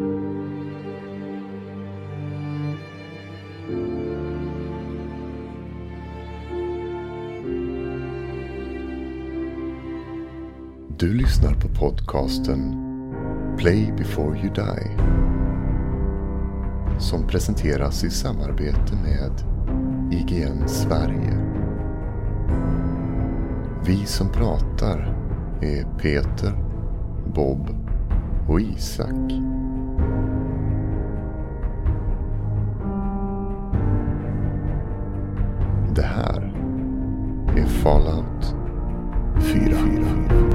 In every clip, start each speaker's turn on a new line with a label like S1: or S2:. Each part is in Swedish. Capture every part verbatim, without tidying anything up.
S1: Du lyssnar på podcasten Play Before You Die, som presenteras i samarbete med I G N Sverige. Vi som pratar är Peter, Bob och Isak. Det här är Fallout fyra.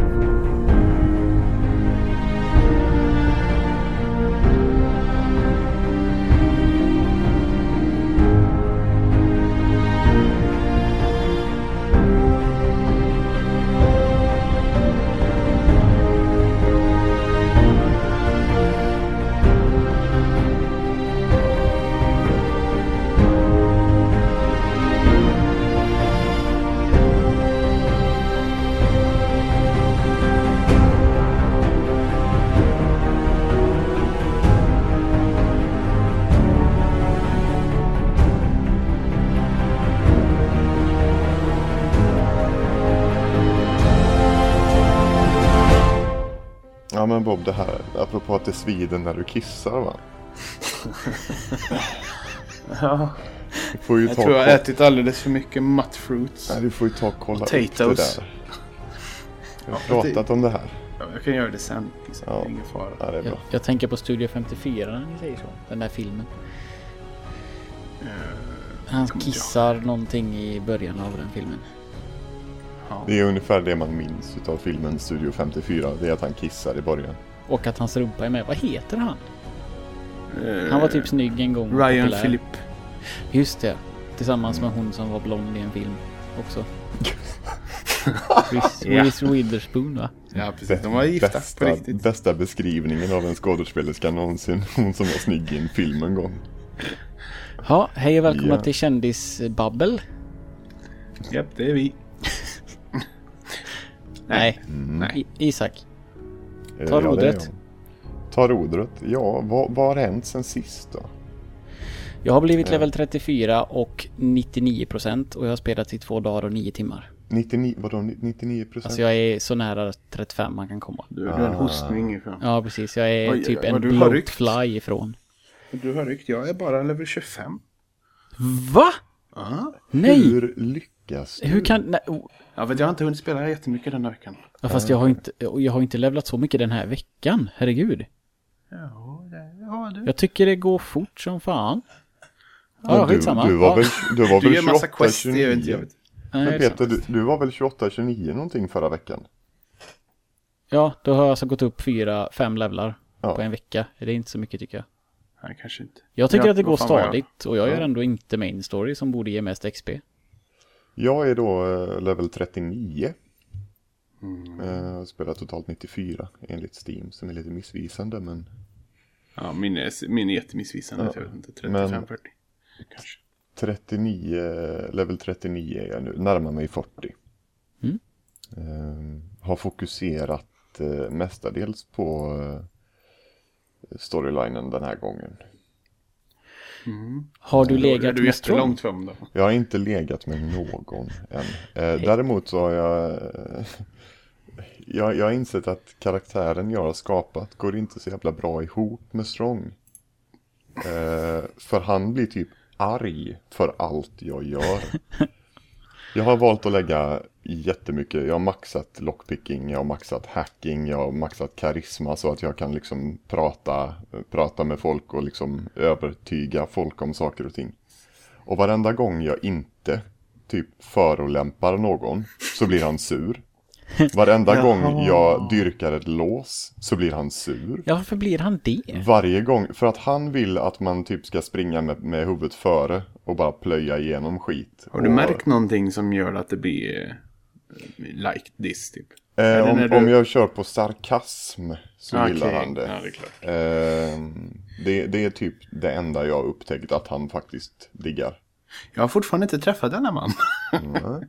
S1: Ja men Bob, det här, apropå att det svider när du kissar, va?
S2: Ja,
S1: Du får ju
S2: jag
S1: ta
S2: tror jag har
S1: koll-
S2: ätit alldeles för mycket mutfruits.
S1: Nej, du får ju ta och kolla upp
S2: Potatoes.
S1: det där. Jag har
S2: Ja,
S1: pratat om det här.
S2: Ja, jag kan göra det sen, liksom.
S1: Ja.
S2: Det är ingen fara.
S1: Ja, det är bra.
S3: Jag, jag tänker på Studio femtiofyra när ni säger så. Den där filmen.
S2: Eh,
S3: Han
S2: kommer
S3: kissar någonting i början av den filmen.
S2: ja.
S1: Det är ungefär det man minns av filmen Studio femtiofyra. Det är att han kissar i början.
S3: Och att hans rumpa är med. Vad heter han?
S2: Eh,
S3: Han var typ snygg en gång.
S2: Ryan
S3: populär.
S2: Phillip.
S3: Just det. Tillsammans med hon som var blond i en film också. Reese,
S2: Ja.
S3: Reese Witherspoon, va?
S2: Ja, precis. De var gifta
S1: bästa,
S2: på riktigt.
S1: bästa beskrivningen av en skådespelerska någonsin. Hon som var snygg i en film en gång.
S3: Ja, hej och välkomna
S1: Ja.
S3: till Kändisbabbel.
S2: Japp, det är vi.
S3: Nej,
S1: Mm.
S2: Nej.
S3: I- Isak.
S1: Eh,
S3: Ta
S1: ja, det är
S3: rodret.
S1: jag. Ta rodret. Ja, vad, vad har hänt sen sist då?
S3: Jag har blivit
S1: Ja.
S3: level trettiofyra och nittionio procent och jag har spelat i två dagar och nio timmar.
S1: nittionio, vadå, nittionio procent?
S3: Alltså jag är så nära trettiofem man kan komma.
S2: Du, du är en
S1: Ah.
S2: hostning ifrån.
S3: Ja, precis. Jag är
S2: Oj,
S3: typ
S2: oj,
S3: en
S2: vad du har ryckt.
S3: bloatfly ifrån.
S2: Du har ryckt. Jag är bara level tjugofem.
S3: Va?
S2: Ja.
S3: Nej! Hur,
S1: Hur lyckas du?
S3: Hur kan... Nej, oh.
S2: Ja, för jag har inte hunnit spela jättemycket den här veckan.
S3: Ja, fast jag har inte jag har inte levlat så mycket den här veckan. Herregud.
S2: Ja, det har du.
S3: Jag tycker det går fort som fan. Ja,
S1: Men du,
S3: skitsamma.
S1: du var
S3: Ja.
S1: väl, du var
S2: Du
S1: väl
S2: gör massa
S1: tjugoåtta
S2: quest, det gör inte
S1: tjugonio?
S2: jag. Vet.
S3: Nej,
S1: Men
S3: det är
S1: Peter,
S3: sant.
S1: du, du var väl tjugoåtta tjugonio någonting förra veckan?
S3: Ja, då har jag alltså gått upp fyra, fem levlar
S1: Ja.
S3: på en vecka. Det är inte så mycket tycker jag.
S2: Nej, kanske inte.
S3: Jag tycker
S2: Ja,
S3: att det går
S2: vad fan var jag?
S3: stadigt och jag
S1: Ja.
S3: gör ändå inte main story som borde ge mest X P.
S1: Jag är då eh, level trettionio.
S2: Mm.
S1: Eh, spelar totalt nittiofyra enligt Steam, som är lite missvisande, men
S2: Ja, min är, min är jättemissvisande.
S1: Ja.
S2: Jag vet inte. trettiofem
S1: Men-
S2: fyrtio. Kanske.
S1: trettionio, level trettionio är jag nu, närmar mig fyrtio.
S3: Mm.
S1: Eh, har fokuserat eh, mestadels på eh, storylinen den här gången.
S2: Mm.
S3: Har du
S2: Då är
S3: legat
S2: du
S3: med Strong?
S2: jättelångt fram då.
S1: Jag har inte legat med någon än. Eh, däremot så har jag, eh, jag... Jag har insett att karaktären jag har skapat går inte så jävla bra ihop med Strong. Eh, för han blir typ arg för allt jag gör. Jag har valt att lägga jättemycket. Jag har maxat lockpicking, jag har maxat hacking, jag har maxat karisma så att jag kan liksom prata, prata med folk och liksom övertyga folk om saker och ting. Och varenda gång jag inte typ förolämpar någon så blir han sur. Varenda
S2: Jaha.
S1: gång jag dyrkar ett lås så blir han sur.
S3: Ja, varför blir han det?
S1: Varje gång, för att han vill att man typ ska springa med, med huvudet före och bara plöja igenom skit.
S2: Har du
S1: och,
S2: märkt någonting som gör att det blir eh, like this typ?
S1: Eh,
S2: Eller
S1: om,
S2: när du-
S1: om jag kör på sarkasm så
S2: Okej,
S1: gillar han det.
S2: Ja, det är klart.
S1: Eh, det. Det är typ det enda jag har upptäckt att han faktiskt diggar.
S2: Jag har fortfarande inte träffat denna man.
S1: Mm.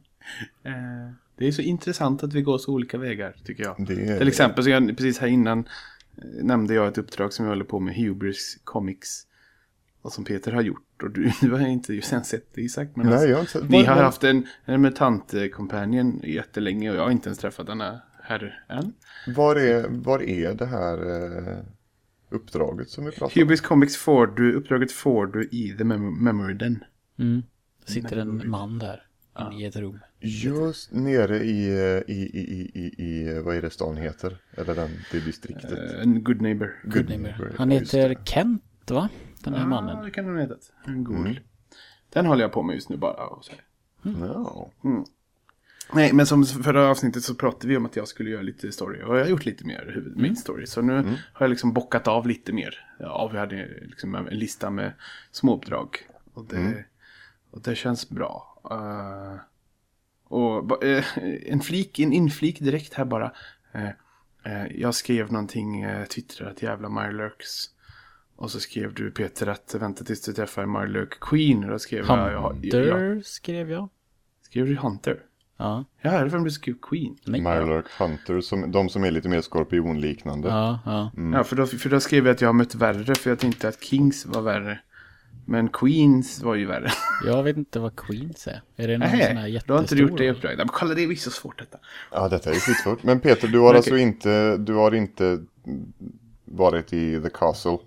S2: Eh, det är så intressant att vi går så olika vägar, tycker jag.
S1: Det är,
S2: Till exempel så jag precis här innan nämnde jag ett uppdrag som jag håller på med, Hubris Comics. Och som Peter har gjort. Och du, du har inte sen sett det, Isak. Men
S1: Nej,
S2: alltså,
S1: jag har inte sett.
S2: vi
S1: Var,
S2: har
S1: var,
S2: haft en, en mutant-companion jättelänge. Och jag har inte ens träffat den här herren än.
S1: var, är, var är det här eh, uppdraget som vi pratar om?
S2: Hubris Comics får du, uppdraget får du i The Mem- Memory Den.
S3: Mm. Det sitter en man där. Ja. I ett rum.
S1: Just nere i, i, i, i, i, i, vad är det stan heter? Eller den, det distriktet.
S2: Uh, en good neighbor.
S3: Good neighbor. Han heter Kent, va? Den här
S2: ah,
S3: mannen.
S2: det kan han heta. En god.
S1: Mm.
S2: Den håller jag på med just nu bara. Och så här.
S1: Mm. No.
S2: Mm. Nej, men som förra avsnittet så pratade vi om att jag skulle göra lite story. Och jag har gjort lite mer huvud, min story. Så nu mm. har jag liksom bockat av lite mer. Ja, vi hade liksom en lista med småuppdrag. Och det, mm. och det känns bra. Uh, och uh, en flik, en inflik direkt här bara. Uh, uh, jag skrev någonting, uh, twittrade att jävla Mirelurks. Och så skrev du, Peter, att vänta tills du träffar Mirelurk Queen. Och då skrev
S3: Hunter
S2: jag, jag, jag, jag.
S3: skrev jag.
S2: Skrev du Hunter?
S3: Ja.
S2: Jag hörde vem du skrev Queen.
S1: Mirelurk Hunter, som, de som är lite mer skorpionliknande.
S3: Ja, ja.
S2: Mm. Ja, för då, för då skrev jag att jag har mött värre. För jag tänkte att Kings var värre. Men Queens var ju värre.
S3: Jag vet inte vad Queens är. Är det någon
S2: Nej,
S3: sån här jättestor?
S2: Du har inte gjort det i uppdraget. Men kolla, det är så svårt detta.
S1: Ja, detta är ju skitsvårt. Men Peter, du har
S2: okay.
S1: alltså inte, du har inte varit i The Castle?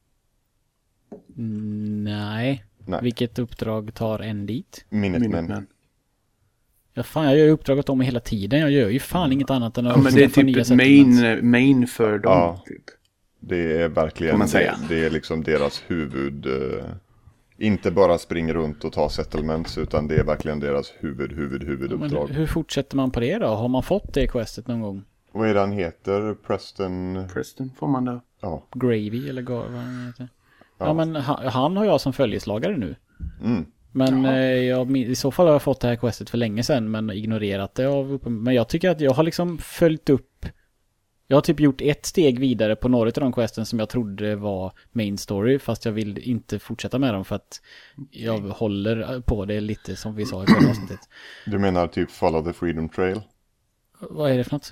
S3: Nej. Nej. Vilket uppdrag tar en dit?
S1: Minutemen.
S2: Minutemen.
S3: Ja, fan, jag gör uppdraget om hela tiden. Jag gör ju fan inget annat än att...
S2: Ja, men det är typ ett main, main för dem. Ja, typ.
S1: Det är verkligen...
S2: Man säga.
S1: Det, det är liksom deras huvud... Uh, inte bara springa runt och ta settlements, utan det är verkligen deras huvud, huvud, huvuduppdrag.
S3: Ja, hur fortsätter man på det då? Har man fått det questet någon gång?
S1: Vad är det han heter? Preston...
S2: Preston får man då.
S1: Ja.
S3: Gravy eller vad han heter. Ja, ja men han, han har jag som följeslagare nu.
S1: Mm.
S3: Men eh, jag, i så fall har jag fått det här questet för länge sedan, men ignorerat det. Av, men jag tycker att jag har liksom följt upp. Jag har typ gjort ett steg vidare på några av de questen som jag trodde var main story, fast jag vill inte fortsätta med dem för att jag håller på det lite som vi sa i förra avsnittet.
S1: Du menar typ Follow the Freedom Trail?
S3: Vad är det för något?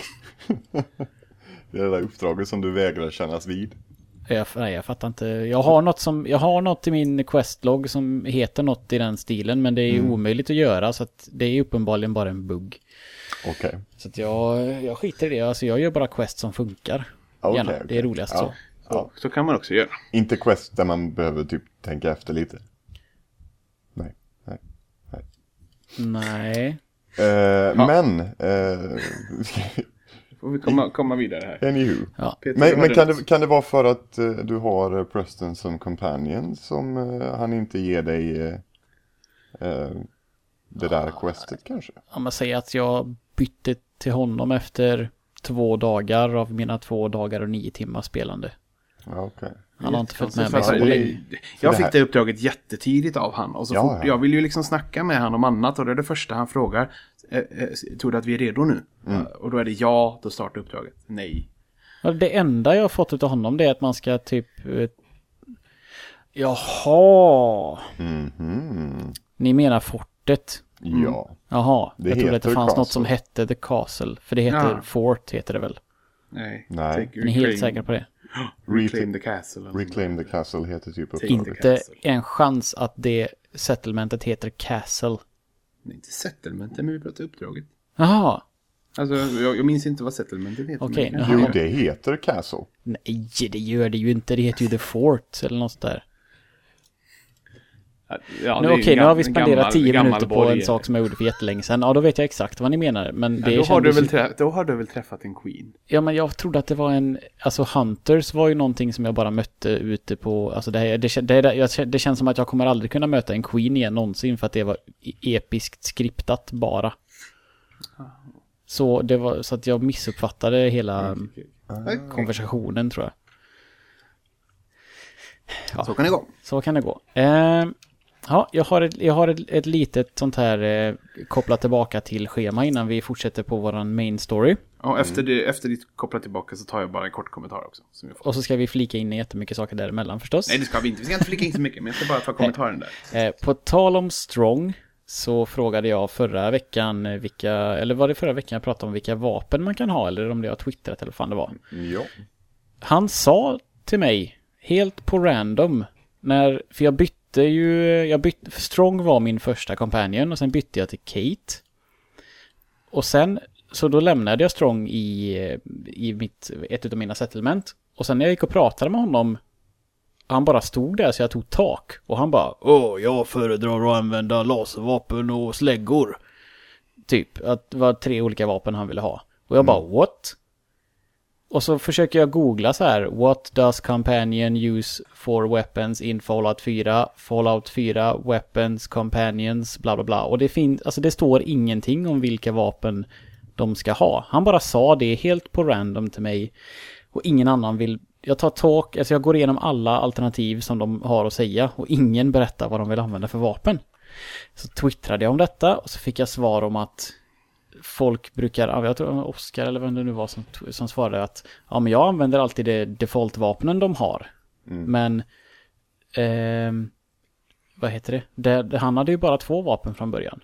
S1: Det är det där uppdraget som du vägrar kännas vid.
S3: Jag, nej, jag fattar inte. Jag har något som jag har något i min questlog som heter något i den stilen, men det är mm. omöjligt att göra, så att det är uppenbarligen bara en bugg.
S1: Okej. Okay.
S3: Så att jag jag skiter i det. Alltså jag gör bara quest som funkar.
S1: Okay,
S3: Gärna.
S1: okay.
S3: Det är roligast
S1: ja.
S3: så.
S2: Ja, så kan man också göra.
S1: Inte quest där man behöver typ tänka efter lite. Nej. Nej. Nej.
S3: Nej.
S1: Uh, ja. Men uh,
S2: får vi komma, komma vidare här.
S1: Anywho.
S3: Ja.
S1: Peter, men men kan, det, kan det vara för att uh, du har Preston som companion som uh, han inte ger dig uh, uh, det där ah, questet kanske?
S3: Om man säger att jag bytte till honom efter två dagar av mina två dagar och nio timmar spelande.
S1: Ja, okej. Okay.
S3: Han har inte följt med
S2: mig så
S3: länge.
S2: Jag fick det uppdraget jättetidigt av han. Och så
S1: ja,
S2: fort,
S1: ja.
S2: Jag vill ju liksom snacka med han om annat. Och det är det första han frågar. Eh, eh, tror du att vi är redo nu? Mm. Och då är det ja, då startar uppdraget. Nej.
S3: Det enda jag har fått av honom, det är att man ska typ... Eh, jaha.
S1: Mm-hmm.
S3: Ni menar fortet?
S1: Mm. Ja.
S3: Jaha.
S1: Det
S3: jag trodde att det fanns
S1: Castle.
S3: Något som hette The Castle. För det heter
S2: ja.
S3: Fort, heter det väl?
S2: Nej.
S1: Nej.
S3: Ni är helt säkra på det?
S2: Reclaim the Castle.
S1: Reclaim the Castle heter typ uppdraget.
S3: Inte en chans att det settlementet heter Castle.
S2: Nej, inte settlementet, men vi pratar uppdraget.
S3: Jaha.
S2: Alltså, jag, jag minns inte vad settlementet heter.
S3: Okej. Okay,
S1: jo, det heter Castle.
S3: Nej, det gör det ju inte. Det heter ju The Fort eller något där.
S2: Ja,
S3: nu, okej, nu har vi spenderat
S2: gammal,
S3: tio
S2: gammal
S3: minuter på
S2: borg.
S3: en sak som jag gjorde för jättelänge sedan. Ja, då vet jag exakt vad ni menar. Men det
S2: ja, då,
S3: kändes...
S2: har du väl träff- då har du väl träffat en queen?
S3: Ja, men jag trodde att det var en... Alltså, Hunters var ju någonting som jag bara mötte ute på... Alltså, det, här, det, det, det, det känns som att jag kommer aldrig kunna möta en queen igen någonsin för att det var episkt skriptat bara. Så, det var, så att jag missuppfattade hela mm, okay. konversationen, tror jag.
S2: Ja, så kan det gå.
S3: Så kan det gå. Eh, ja, jag har ett, jag har ett, ett litet sånt här eh, kopplat tillbaka till schema innan vi fortsätter på våran main story.
S2: Och efter, det, efter ditt kopplat tillbaka så tar jag bara en kort kommentar också. Som jag får.
S3: Och så ska vi flika in jättemycket saker däremellan förstås.
S2: Nej, det ska vi inte. Vi ska inte flika in så mycket, men jag ska bara ta kommentaren där.
S3: Eh, på tal om Strong så frågade jag förra veckan vilka, eller var det förra veckan jag pratade om vilka vapen man kan ha, eller om det har twittrat eller vad fan det var.
S1: Ja.
S3: han sa till mig helt på random när, för jag bytte ju, jag bytte, Strong var min första companion och sen bytte jag till Kate. Och sen, så då lämnade jag Strong i, i mitt, ett av mina settlement. Och sen när jag gick och pratade med honom, han bara stod där så jag tog tak. Och han bara, åh, jag föredrar att använda laservapen och släggor. Typ, att det var tre olika vapen han ville ha. Och jag mm. bara, what? Och så försöker jag googla så här, what does companion use for weapons in Fallout fyra? Fallout fyra, weapons, companions, bla bla bla. Och det finns, alltså det står ingenting om vilka vapen de ska ha. Han bara sa det helt på random till mig. Och ingen annan vill, jag tar talk, alltså jag går igenom alla alternativ som de har att säga. Och ingen berättar vad de vill använda för vapen. Så twittrade jag om detta och så fick jag svar om att folk brukar, jag tror Oscar eller vem det nu var som, som svarade att ja, men jag använder alltid det default-vapnen de har. Mm. Men eh, vad heter det? det? Det han hade ju bara två vapen från början.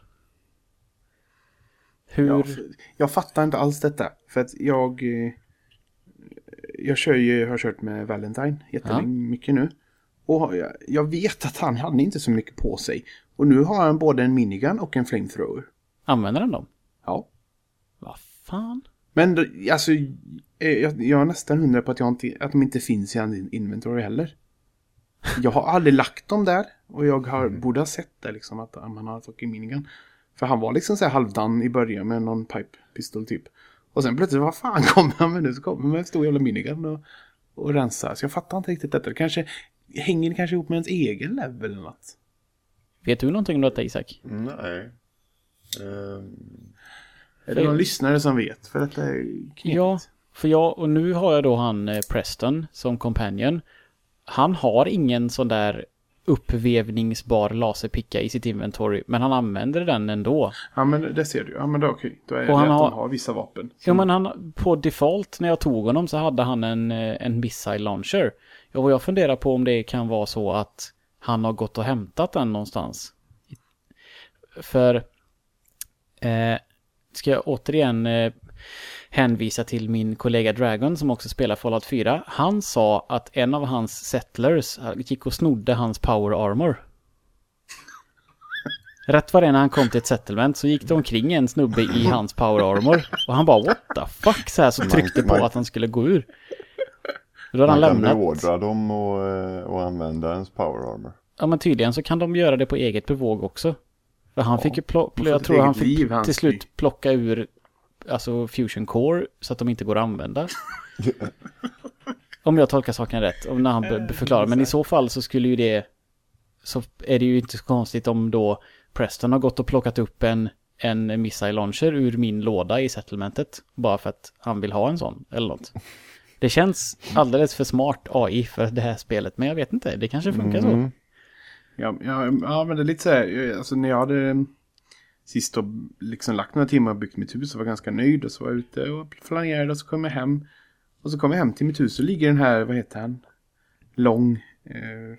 S3: Hur?
S2: Jag, jag fattar inte alls detta. För att jag jag kör ju, har kört med Valentine jättemycket ja. nu. Och jag, jag vet att han hade inte så mycket på sig. Och nu har han både en minigun och en flamethrower.
S3: Använder han dem?
S2: Ja.
S3: Vad fan?
S2: Men då, alltså, jag, jag är nästan hundra på att, jag inte, att de inte finns i hans inventory heller. Jag har aldrig lagt dem där. Och jag har, mm. borde ha sett det liksom, att man har tagit minigun. För han var liksom så här halvdan i början med någon pipe-pistol typ. Och sen plötsligt, vad fan kommer han med nu? Så kommer han med en stor jävla minigun och, och rensar. Så jag fattar inte riktigt detta. Det kanske hänger det kanske ihop med ens egen level eller något.
S3: Vet du någonting om detta, Isak?
S1: Nej. Um...
S2: Är det någon lyssnare som vet? För detta är knäckt.
S3: Ja, för jag, och nu har jag då han eh, Preston som companion. Han har ingen sån där uppvevningsbar laserpicka i sitt inventory, men han använder den ändå.
S2: Ja, men det ser du. Ja, men det är okej. Då är det
S3: och han
S2: att
S3: har,
S2: de har vissa vapen. Som...
S3: Ja, men han, på default när jag tog honom så hade han en, en missile launcher. Och jag funderar på om det kan vara så att han har gått och hämtat den någonstans. För eh, ska jag återigen eh, hänvisa till min kollega Dragon som också spelar Fallout fyra. Han sa att en av hans settlers gick och snodde hans power armor. Rätt var det när han kom till ett settlement så gick det omkring en snubbe i hans power armor. Och han bara, what the fuck? Så här så tryckte på att han skulle gå ur. Då hade han lämnat.
S1: Man kan beordra dem och, och använda ens power armor.
S3: Ja, men tydligen så kan de göra det på eget bevåg också. För han ja, fick ju pl- jag tror han fick liv, till slut plocka ur alltså Fusion Core så att de inte går att använda. Om jag tolkar saken rätt, om när han be- förklarar. Men i så fall så skulle ju det, så är det ju inte så konstigt om då Preston har gått och plockat upp en, en missile launcher ur min låda i settlementet bara för att han vill ha en sån eller något. Det känns alldeles för smart A I för det här spelet, men jag vet inte, det kanske funkar mm. så.
S2: Ja, ja, ja, men det är lite så här, alltså när jag hade sist och liksom lagt några timmar och byggt mitt hus och var ganska nöjd och så var jag ute och planerade och så kom jag hem och så kom jag hem till mitt hus och ligger den här, vad heter han? Lång eh,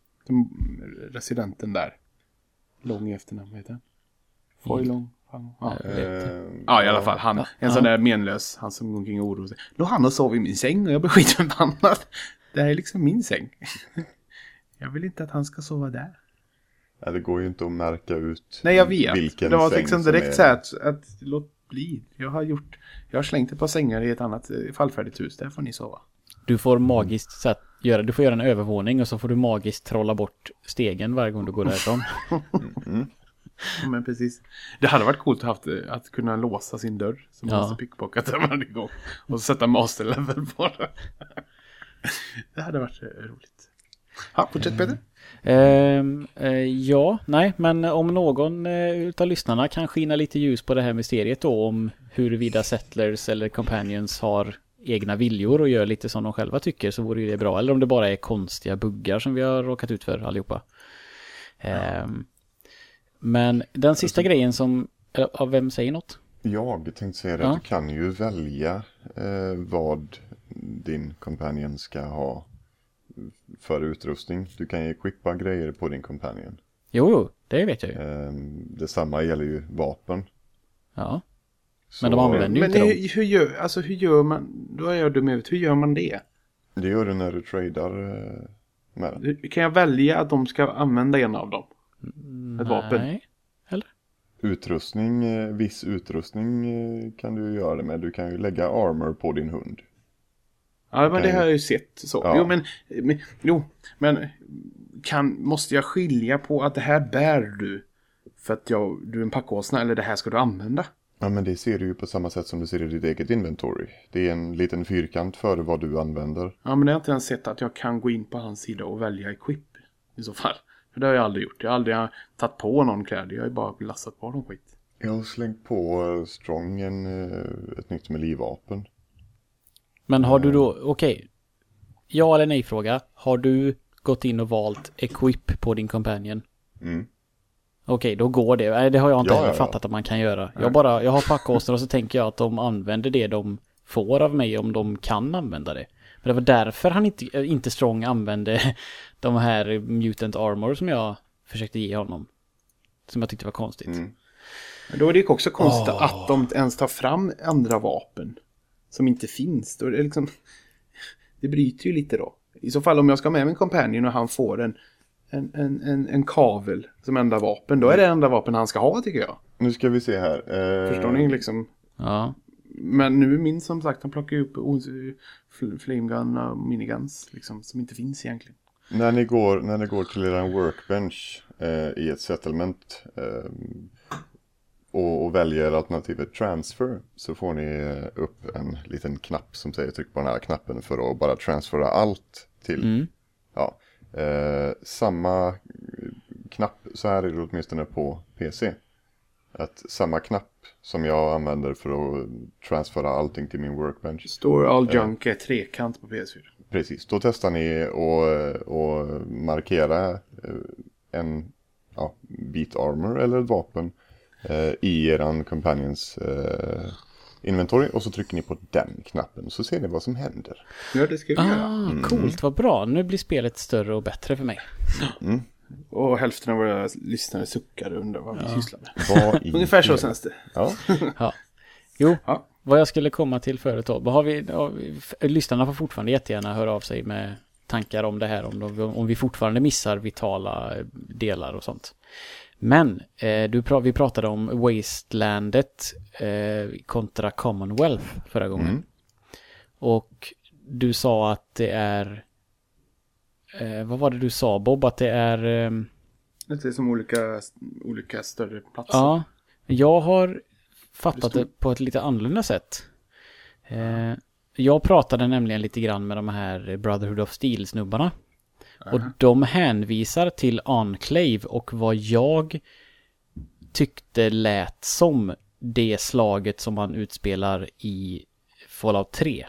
S2: residenten där. Lång i efternamn, vad heter han? Foy Lång. Ja. Uh, ja, i alla fall. Han, en uh. sån där menlös, han som går omkring och oroar sig. Då han och sov i min säng och jag blev skitförbannad. Det här är liksom min säng. Jag vill inte att han ska sova där.
S1: Ja, det går ju inte att märka ut.
S2: Nej, jag vet.
S1: Vilken
S2: det var
S1: säng
S2: liksom direkt är... så här att, att låt bli. Jag har gjort, jag har slängt ett par sängar i ett annat fallfärdigt hus. Där får ni sova.
S3: Du får magiskt så att göra, du får göra en övervåning och så får du magiskt trolla bort stegen varje gång du går därifrån.
S2: mm. Men precis. Det hade varit coolt att, haft, att kunna låsa sin dörr som ja. måste pickpockat varje gång och så sätta master level på det. Det hade varit roligt. Ja, fortsätt Peter.
S3: Uh, uh, ja, nej, men om någon uh, utav lyssnarna kan skina lite ljus på det här mysteriet då om huruvida settlers eller companions har egna viljor och gör lite som de själva tycker, så vore det bra. Eller om det bara är konstiga buggar som vi har råkat ut för allihopa. Uh, men den sista grejen som, uh, av vem säger något?
S1: Jag tänkte säga det, ja. Att du kan ju välja uh, vad din companion ska ha för utrustning. Du kan ju equippa grejer på din companion.
S3: Jo, det vet jag ju.
S1: Um, detsamma gäller ju vapen.
S3: Ja. Så, men de använder ju
S2: men
S3: inte
S2: hur,
S3: dem.
S2: Hur gör, alltså hur gör man, då är jag dum ut, hur gör man det?
S1: Det gör du när du tradar med den.
S2: Kan jag välja att de ska använda en av dem? Ett vapen?
S3: Nej. Eller?
S1: Utrustning, viss utrustning kan du göra det med. Du kan ju lägga armor på din hund.
S2: Ja, men det har jag ju sett så.
S1: Ja.
S2: Jo, men, men, jo, men kan, måste jag skilja på att det här bär du för att jag, du är en packåsna eller det här ska du använda?
S1: Ja, men det ser du ju på samma sätt som du ser i ditt eget inventory. Det är en liten fyrkant för vad du använder.
S2: Ja, men det har jag inte ens sett att jag kan gå in på hans sida och välja equip i så fall. För det har jag aldrig gjort. Jag har aldrig tagit på någon kläder. Jag har ju bara lastat på någon skit.
S1: Jag har slängt på Strong en, ett nytt med livvapen.
S3: Men har du då, okej. Okay. Ja eller nej fråga. Har du gått in och valt equip på din companion?
S1: Mm.
S3: Okej, okay, då går det. Nej, det har jag inte
S1: ja,
S3: heller
S1: ja, ja.
S3: fattat att man kan göra. Jag bara, jag har packåsnor och så tänker jag att de använder det de får av mig om de kan använda det. Men det var därför han inte, inte Strong använde de här mutant armor som jag försökte ge honom. Som jag tyckte var konstigt.
S2: Mm. Då är det också konstigt
S3: oh.
S2: att de ens tar fram andra vapen som inte finns. Då är det liksom, det bryter ju lite då. I så fall om jag ska med min companion och han får en En, en, en, en kavel som enda vapen. Då är det enda vapen han ska ha, tycker jag.
S1: Nu ska vi se här. Eh...
S2: Förstår ni liksom?
S3: Ja.
S2: Men nu är min som sagt, han plockar ju upp flamegun och miniguns liksom, som inte finns egentligen.
S1: När ni går, när ni går till er workbench eh, i ett settlement eh, och, och väljer alternativet transfer, så får ni upp en liten knapp som säger tryck på den här knappen för att bara transfera allt till.
S3: Mm.
S1: Ja. Eh, samma knapp, så här är det åtminstone på P C. Att samma knapp som jag använder för att transfera allting till min workbench.
S2: Står all junk är trekant på P S fyra.
S1: Precis, då testar ni att och markera en ja, bit armor eller ett vapen eh, i eran companions eh, inventory och så trycker ni på den knappen så ser ni vad som händer.
S2: Ja, det ska vi
S3: ah,
S2: göra.
S3: Mm. Coolt, vad bra. Nu blir spelet större och bättre för mig.
S1: Mm.
S2: Och hälften av våra lyssnare suckar och undrar vad vi
S3: ja.
S2: sysslar med.
S1: Vad i
S2: Ungefär så känns det.
S1: Ja.
S3: ja. Jo,
S2: ja.
S3: vad jag skulle komma till förut då. Har vi, har vi, lyssnarna får fortfarande jättegärna höra av sig med tankar om det här. Om, de, om vi fortfarande missar vitala delar och sånt. Men eh, du, vi pratade om Wastelandet eh, kontra Commonwealth förra gången. Mm. Och du sa att det är... Eh, vad var det du sa, Bob? Att det är... Eh,
S2: det är som olika, olika större platser.
S3: Ja, jag har fattat det, det på ett lite annorlunda sätt. Eh, jag pratade nämligen lite grann med de här Brotherhood of Steel-snubbarna. Uh-huh. Och de hänvisar till Enclave och vad jag tyckte lät som det slaget som man utspelar i Fallout tre.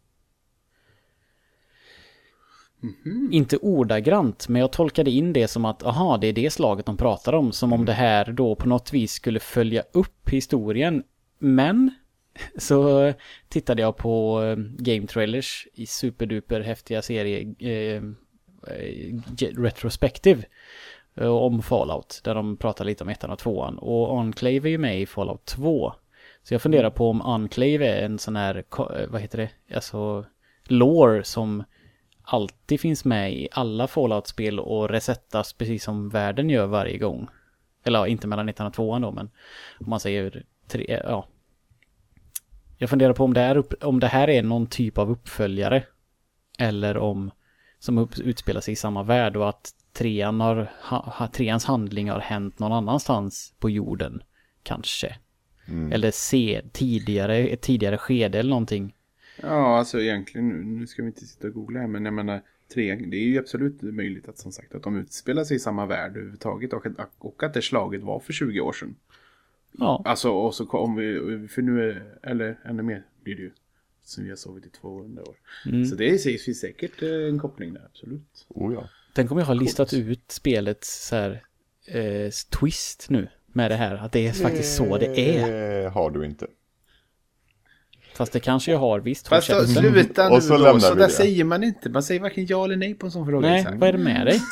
S3: Mm-hmm. Inte ordagrant, men jag tolkade in det som att aha, det är det slaget de pratar om, som om det här då på något vis skulle följa upp historien. Men så tittade jag på game trailers i superduper häftiga serie eh, retrospective eh, om Fallout, där de pratar lite om ettan och tvåan, och Enclave är ju med i Fallout två. Så jag funderar på om Enclave är en sån här, vad heter det, alltså lore som alltid finns med i alla Fallout-spel och resettas precis som världen gör varje gång. Eller ja, inte mellan ettan och tvåan då, men om man säger tre, ja. Jag funderar på om det, är upp, om det här är någon typ av uppföljare eller om som upp, utspelar sig i samma värld och att trean har, ha, treans handling har hänt någon annanstans på jorden kanske. Mm. Eller se tidigare, ett tidigare skede eller någonting.
S2: Ja, alltså egentligen, nu, nu ska vi inte sitta och googla här, men jag menar, tre, det är ju absolut möjligt att som sagt att de utspelar sig i samma värld överhuvudtaget och, och att det slaget var för tjugo år sedan.
S3: Ja.
S2: Alltså, och så kom vi, för nu är, eller ännu mer blir det ju, som vi har sovit i tvåhundra år. Mm. Så det finns säkert en koppling där, absolut.
S1: Oh ja.
S3: Den kommer jag ha listat ut spelets så här, eh, twist nu med det här, att det är faktiskt så det är.
S1: Det har du inte.
S3: Fast det kanske jag har, visst.
S2: Fast då, sluta nu
S1: och så
S2: då,
S1: lämnar
S2: så
S1: vi
S2: där
S1: det.
S2: säger man inte. Man säger varken ja eller nej på en sån fråga.
S3: Nej, vad är det med dig?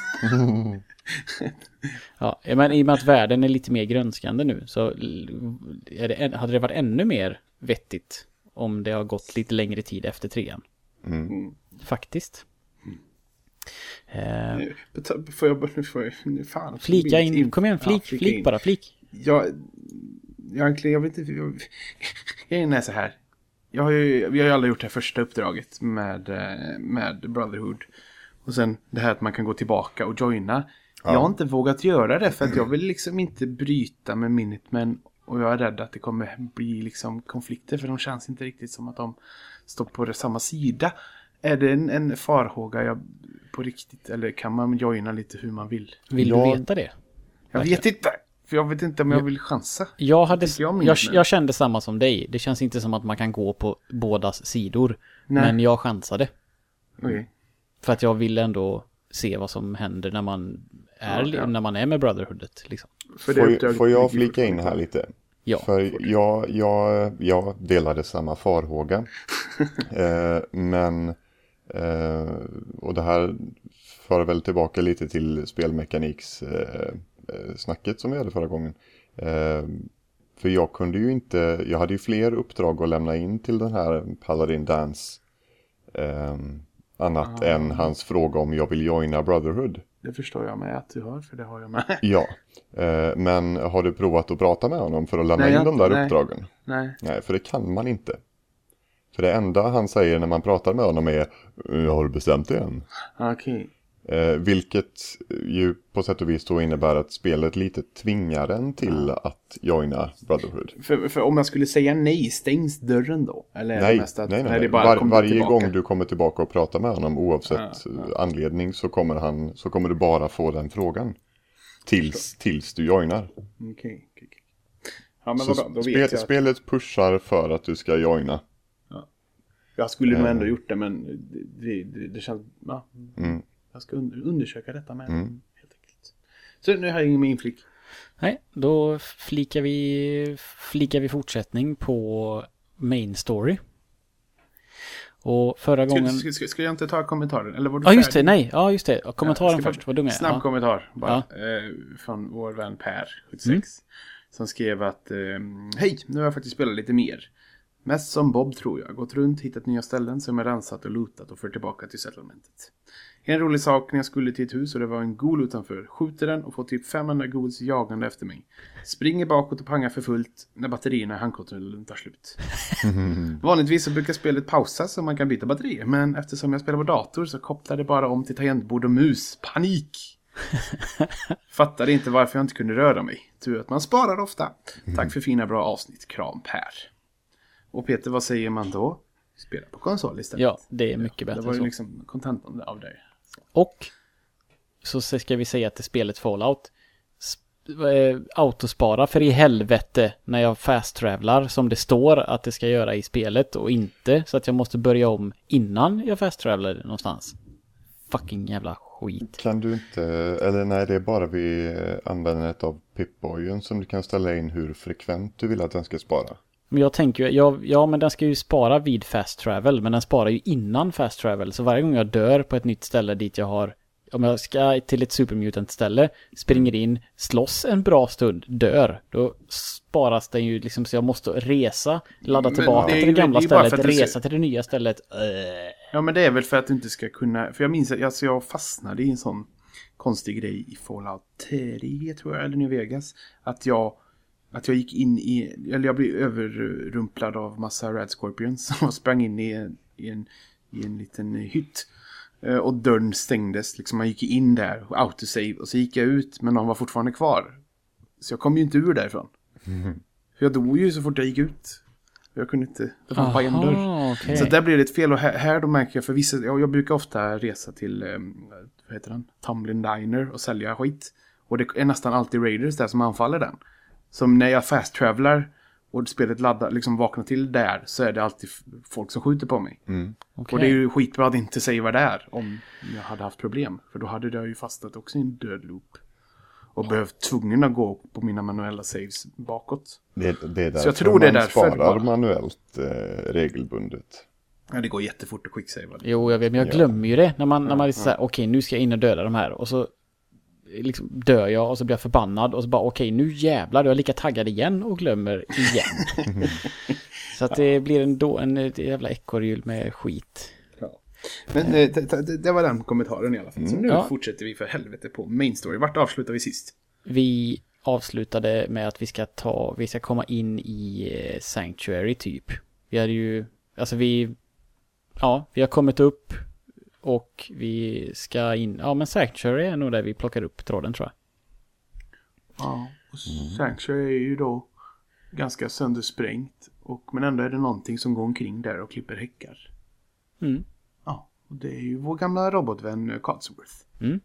S3: Ja, men i och med att världen är lite mer grönskande nu så är det, hade det varit ännu mer vettigt om det har gått lite längre tid efter trean.
S1: Mm.
S3: Faktiskt.
S2: Mm. Eh, får jag nu får jag, nu fan.
S3: Flika in, in, kom igen, flik, ja, flik in. bara, flik.
S2: Jag, jag, jag vet inte, jag, jag är så här. Jag har ju, vi har ju alla gjort det här första uppdraget med, med Brotherhood. Och sen det här att man kan gå tillbaka och joina. Ja. Jag har inte vågat göra det för att jag vill liksom inte bryta med Minutemen. Och jag är rädd att det kommer bli liksom konflikter för de känns inte riktigt som att de står på samma sida. Är det en, en farhåga jag på riktigt eller kan man joina lite hur man vill?
S3: Vill
S1: jag,
S3: du veta det?
S2: Jag Verkligen. vet inte. För jag vet inte om jag vill chansa.
S3: Jag, hade, jag, jag, jag kände samma som dig. Det känns inte som att man kan gå på bådas sidor. Nej. Men jag chansade.
S2: Okay.
S3: För att jag vill ändå se vad som händer när man är, ja, ja. När man är med Brotherhoodet. Liksom.
S1: För det får, får jag flika in här lite?
S3: Ja.
S1: För jag, jag, jag delade samma farhåga. eh, men eh, och det här för väl tillbaka lite till spelmekaniks eh, snacket som vi hade förra gången. Eh, för jag kunde ju inte, jag hade ju fler uppdrag att lämna in till den här Paladin Dance. Eh, annat ah. än hans fråga om jag vill joina Brotherhood.
S2: Det förstår jag med att du har, för det har jag med.
S1: Ja, eh, men har du provat att prata med honom för att lämna
S2: nej,
S1: in de där
S2: nej.
S1: uppdragen?
S2: Nej.
S1: Nej, för det kan man inte. För det enda han säger när man pratar med honom är har du bestämt det än?
S2: Okej. Okay.
S1: Eh, vilket ju på sätt och vis då innebär att spelet lite tvingar en till ja. att joina Brotherhood.
S2: För, för om jag skulle säga nej, stängs dörren då? Eller
S1: nej,
S2: är det mest att,
S1: nej, nej.
S2: nej det
S1: bara Var, varje tillbaka. gång du kommer tillbaka och pratar med honom oavsett ja, ja. anledning så kommer, han, så kommer du bara få den frågan. Tills, tills du joinar.
S2: Okej, okay, okay. Ja, men
S1: så
S2: vadå? Då
S1: spel,
S2: vet jag
S1: spelet
S2: att...
S1: pushar för att du ska joina.
S2: Ja. Jag skulle nog ändå gjort det, men det, det, det känns... Ja.
S1: Mm.
S2: Jag ska undersöka detta med
S1: mm.
S2: helt enkelt. Så nu har jag ingen min flik.
S3: Nej, då flikar vi, flikar vi fortsättning på main story. Och förra
S2: ska,
S3: gången...
S2: Ska, ska, ska jag inte ta kommentaren? Eller var du
S3: ja, just
S2: färdig?
S3: det. Nej, ja, just det. Kommentaren
S2: ja,
S3: först. Vad dum är.
S2: Snabb
S3: ja.
S2: kommentar bara.
S3: Ja.
S2: Eh, från vår vän Per, sjuttiosex.
S3: Mm.
S2: Som skrev att eh, hej, nu har jag faktiskt spelat lite mer. Mest som Bob tror jag. Gått runt, hittat nya ställen som jag rensat och lootat och för tillbaka till settlementet. En rolig sak när jag skulle till ett hus och det var en ghoul utanför. Skjuter den och får typ femhundra ghouls jagande efter mig. Springer bakåt och pangar för fullt när batterierna i handkontrollen tar slut. Vanligtvis så brukar spelet pausa så man kan byta batterier. Men eftersom jag spelar på dator så kopplar det bara om till tangentbord och mus. Panik! Fattade inte varför jag inte kunde röra mig. Tur att man sparar ofta. Tack för fina bra avsnitt. Kram Per. Och Peter, vad säger man då? Spela på konsol istället.
S3: Ja, det är mycket bättre så.
S2: Det var ju liksom kontentan av det.
S3: Och så ska vi säga att det spelet Fallout äh, autospara för i helvete när jag fast-travlar som det står att det ska göra i spelet och inte så att jag måste börja om innan jag fast-travlar någonstans. Fucking jävla skit.
S1: Kan du inte, eller nej det är bara vid användandet av Pip-Boyen som du kan ställa in hur frekvent du vill att den ska spara.
S3: Men jag tänker ju, ja, ja men den ska ju spara vid fast travel, men den sparar ju innan fast travel. Så varje gång jag dör på ett nytt ställe dit jag har, om jag ska till ett supermutant ställe, springer in, slåss en bra stund, dör, då sparas den ju liksom så jag måste resa, ladda tillbaka det, till det gamla det stället, resa ska... till det nya stället. Uh.
S2: Ja men det är väl för att du inte ska kunna, för jag minns att alltså, jag fastnade i en sån konstig grej i Fallout tre tror jag, eller New Vegas, att jag Att jag gick in i, eller jag blev överrumplad av massa Red Scorpions och sprang in i en, i en, i en liten hytt. Och dörren stängdes, liksom man gick in där och autosave och så gick jag ut men de var fortfarande kvar. Så jag kom ju inte ur därifrån. Mm. För jag dog ju så fort jag gick ut. Jag kunde inte, det var bara en dörr. Okay. Så där blev det ett fel och här, här då märker jag för vissa, jag, jag brukar ofta resa till, vad heter den? Tumblin Diner och sälja skit. Och det är nästan alltid raiders där som anfaller den. Som när jag fast-travelar och spelet laddar, liksom vaknar till där så är det alltid folk som skjuter på mig.
S1: Mm.
S3: Okay.
S2: Och det är ju skitbra att inte säga vad det är om jag hade haft problem. För då hade jag ju fastnat också i en död loop. Och oh. behövt tvungen att gå på mina manuella saves bakåt.
S1: Det, det är därför
S2: så jag tror det är
S1: man
S2: därför
S1: sparar bara. manuellt eh, regelbundet.
S2: Ja, det går jättefort att quicksavea.
S3: Jo, jag vet, men jag glömmer ju det. När man, ja, när man är så här, okej, okay, nu ska jag in och döda de här. Och så liksom dör jag och så blir jag förbannad och så bara okej, okay, nu jävlar, jag är lika taggad igen och glömmer igen. Så att det blir en, då, en, en jävla ekorrhjul med skit.
S2: Ja. Men det, det, det var den kommentaren i alla fall. Så
S1: Mm.
S2: nu
S3: Ja.
S2: fortsätter vi för helvete på main story. Vart avslutar vi sist?
S3: Vi avslutade med att vi ska ta, vi ska komma in i eh, Sanctuary typ. Vi hade ju, alltså vi, ja, vi har kommit upp och vi ska in, ja men Sanctuary är nog där vi plockar upp tråden tror jag.
S2: Ja, och Sanctuary är ju då ganska söndersprängt. Och, men ändå är det någonting som går omkring där och klipper häckar.
S3: Mm.
S2: Ja, och det är ju vår gamla robotvän eh, Codsworth.
S3: Mm.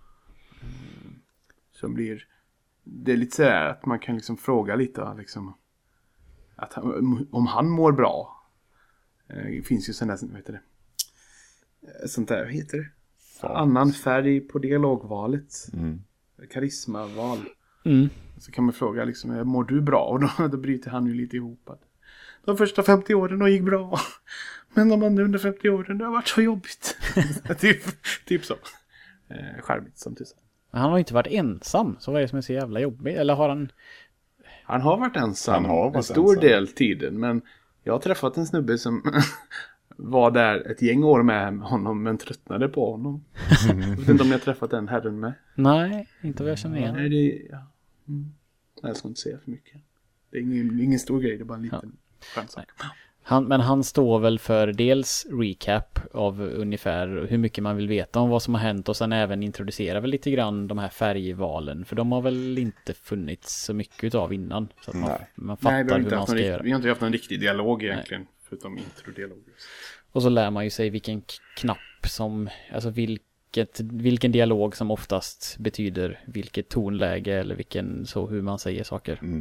S2: Som blir, det är lite så här att man kan liksom fråga lite liksom, att han, om han mår bra. Eh, Det finns ju sådana där, vad heter det? Eh, Sånt där, vad heter det?
S1: Fart.
S2: Annan färg på dialogvalet.
S1: Mm.
S2: Karismaval.
S3: Mm.
S2: Så kan man fråga liksom, mår du bra? Och då, då bryter han ju lite ihop. Att de första femtio åren då gick bra. Men de andra under femtio åren, det har varit så jobbigt. typ, typ så. Eh, Skärmigt som tusan.
S3: Men han har ju inte varit ensam, så vad är det som är så jävla jobbigt? Eller har han...
S2: Han har varit ensam
S1: Han har varit
S2: en stor
S1: ensam.
S2: del tiden. Men jag har träffat en snubbe som var där ett gäng år med honom men tröttnade på honom. Jag vet inte om jag har träffat den herren med.
S3: Nej, inte vad jag känner igen.
S2: Nej, det, ja. mm. Nej, jag ska inte säga för mycket. Det är ingen, ingen stor grej, det är bara en liten skön sak.
S3: Han, men han står väl för dels recap av ungefär hur mycket man vill veta om vad som har hänt och sen även introducerar väl lite grann de här färgvalen. För de har väl inte funnits så mycket av innan. Så att man,
S1: Nej.
S3: man fattar
S2: Nej, vi har,
S3: hur
S2: inte
S3: man
S2: haft
S3: ska
S2: någon rikt-
S3: göra.
S2: vi har inte haft någon riktig dialog egentligen. Förutom introdialog.
S3: Och så lär man ju sig vilken k- knapp som, alltså vilket, vilken dialog som oftast betyder vilket tonläge eller vilken, så hur man säger saker.
S1: Mm.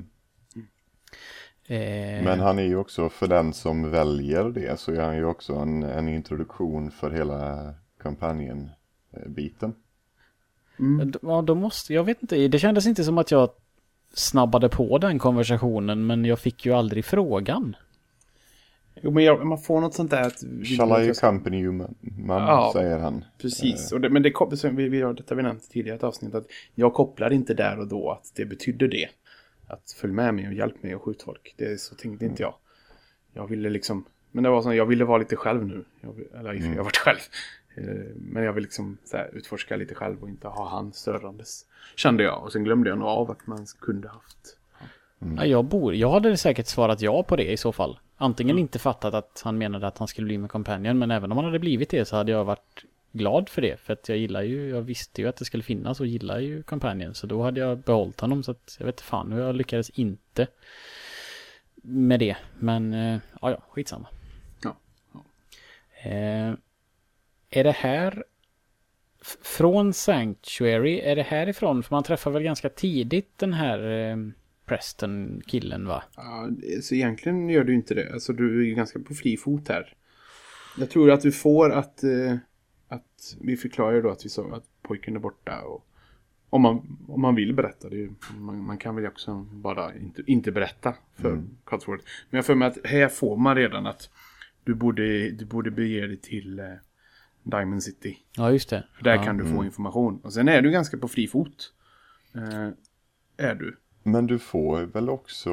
S3: Eh,
S1: Men han är ju också, för den som väljer det, så är han ju också en, en introduktion för hela Companion-biten.
S3: d- ja, då måste, jag vet inte, det kändes inte som att jag snabbade på den konversationen, men jag fick ju aldrig frågan.
S2: Jo, men jag, man får något sånt där att...
S1: Shall I accompany you, mum,
S2: Ja,
S1: säger han.
S2: Precis, och det, men det, kom- så vi, vi har detta vi nämnt tidigare i ett avsnitt att jag kopplar inte där och då att det betyder det. Att följ med mig och hjälp mig och skjut folk. Det så tänkte inte jag. Jag ville liksom, men det var så jag ville vara lite själv nu. Jag, eller mm. jag har varit själv. Eh, Men jag vill liksom så här, utforska lite själv och inte ha han störandes. Kände jag, och sen glömde jag nog av att man kunde haft.
S1: Mm.
S3: Ja, jag, bor, jag hade säkert svarat ja på det i så fall. Antingen inte fattat att han menade att han skulle bli med companion, men även om han hade blivit det så hade jag varit glad för det. För att jag gillar ju, jag visste ju att det skulle finnas och gillar ju companion. Så då hade jag behållit honom, så att jag vet fan hur jag lyckades inte med det. Men eh, ja, ja, skitsamma.
S2: Ja. Ja.
S3: Eh, är det här f- från Sanctuary, är det härifrån? För man träffar väl ganska tidigt den här eh, Preston-killen, va?
S2: Ja, så egentligen gör du inte det. Alltså du är ju ganska på fri fot här. Jag tror att du får att, eh, att vi förklarar då att vi sa att pojken är borta. Och om man, om man vill berätta det. Man, man kan väl också bara inte, inte berätta för mm. Codsworth. Men jag får med att här får man redan att du borde, du borde bege dig till eh, Diamond City.
S3: Ja, just det.
S2: För där
S3: ja.
S2: kan du få
S1: Mm.
S2: information. Och sen är du ganska på fri fot. Eh, är du.
S1: Men du får väl också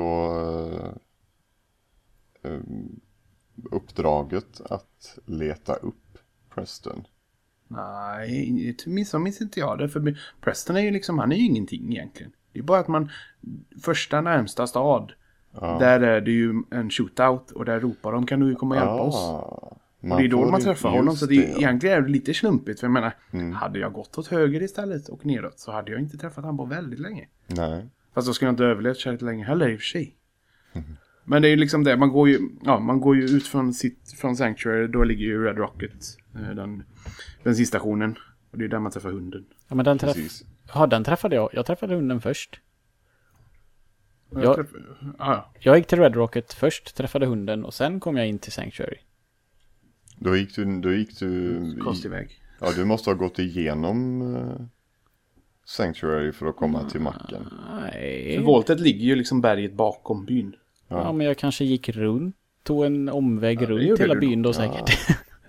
S1: eh, uppdraget att leta upp Preston.
S2: Nej, minns, minns inte jag det. För Preston är ju liksom, han är ju ingenting egentligen. Det är bara att man, första närmsta stad,
S1: Ja.
S2: där är det ju en shootout och där ropar de, kan du komma och hjälpa
S1: Ja,
S2: oss?
S1: man
S2: Och det är då
S1: får
S2: man
S1: ju-
S2: träffar honom,
S1: just
S2: så det,
S1: det, ja.
S2: egentligen är det lite slumpigt. För jag menar,
S1: Mm.
S2: hade jag gått åt höger istället och neråt så hade jag inte träffat han på väldigt länge.
S1: Nej.
S2: Fast då skulle jag inte överlevt så här länge heller i och för sig. Men det är ju liksom det, man går ju, ja, man går ju ut från, sitt, från Sanctuary, då ligger ju Red Rocket, eh, den bensinstationen. Och det är där man träffar hunden.
S3: Ja, men den träff...
S1: Precis.
S3: Ja, den träffade jag. Jag träffade hunden först.
S2: Jag
S3: Jag-
S2: träffar, ja,
S3: Jag gick till Red Rocket först, träffade hunden och sen kom jag in till Sanctuary.
S1: Då gick du... Då gick du
S2: ja, konstig väg.
S1: ja, du måste ha gått igenom eh, Sanctuary för att komma till macken.
S3: Nej.
S2: För voltet ligger ju liksom berget bakom byn.
S3: Ja, men jag kanske gick runt, tog en omväg
S2: Ja, det
S3: runt
S2: gjorde
S3: hela
S2: du
S3: byn då
S1: Ja.
S3: säkert.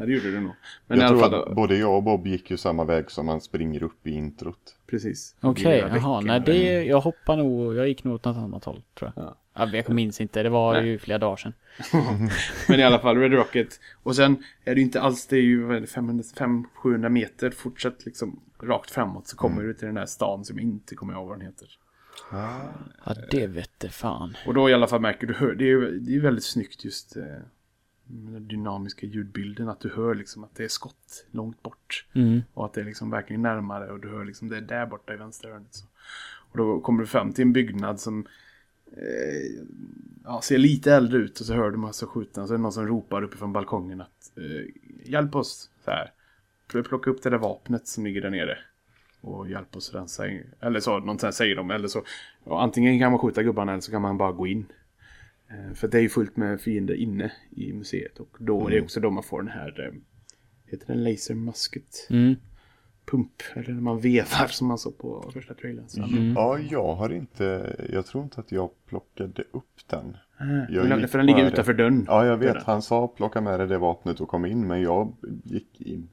S2: Ja, det gjorde du nog. Men
S1: jag
S2: i alla
S1: tror
S2: fall
S1: att
S2: då,
S1: både jag och Bob gick ju samma väg som man springer upp i introt.
S2: precis.
S3: Okej,
S2: Det är
S3: jaha. Nej, det, jag hoppar nog, jag gick nog åt något annat håll, tror jag.
S2: Ja.
S3: Ja, jag minns inte, det var
S2: Nej.
S3: ju flera dagar sedan.
S2: Men i alla fall Red Rocket. Och sen är det ju inte alls, det är ju femhundra till sjuhundra meter. Fortsätt liksom rakt framåt så kommer mm. du till den här stan som jag inte kommer ihåg vad den heter.
S3: Ja, det vet det fan.
S2: Och då i alla fall märker du, hör, det är ju det är väldigt snyggt just eh, den dynamiska ljudbilden. Att du hör liksom att det är skott långt bort.
S3: Mm.
S2: Och att det är liksom verkligen närmare. Och du hör liksom det är där borta i vänster hörnet. Så. Och då kommer du fram till en byggnad som eh, ja, ser lite äldre ut. Och så hör du massa skjutna. Så är det någon som ropar uppifrån balkongen att eh, hjälp oss så här. Plocka upp det där vapnet som ligger där nere. Och hjälp oss rensa in. Eller så, någonting säger de. Eller så, ja, antingen kan man skjuta gubbarna eller så kan man bara gå in. Eh, för det är ju fullt med fiender inne i museet. Och då mm. är det också då man får den här, eh, heter den laser musket?
S3: Mm.
S2: Pump. Eller när man vevar som man såg på första trailern.
S1: Mm. Ja, jag har inte, jag tror inte att jag plockade upp den.
S2: Jag men, för den ligger utanför dörren.
S1: Ja, jag vet. Han sa plocka med dig det vapnet och kom in. Men jag gick in.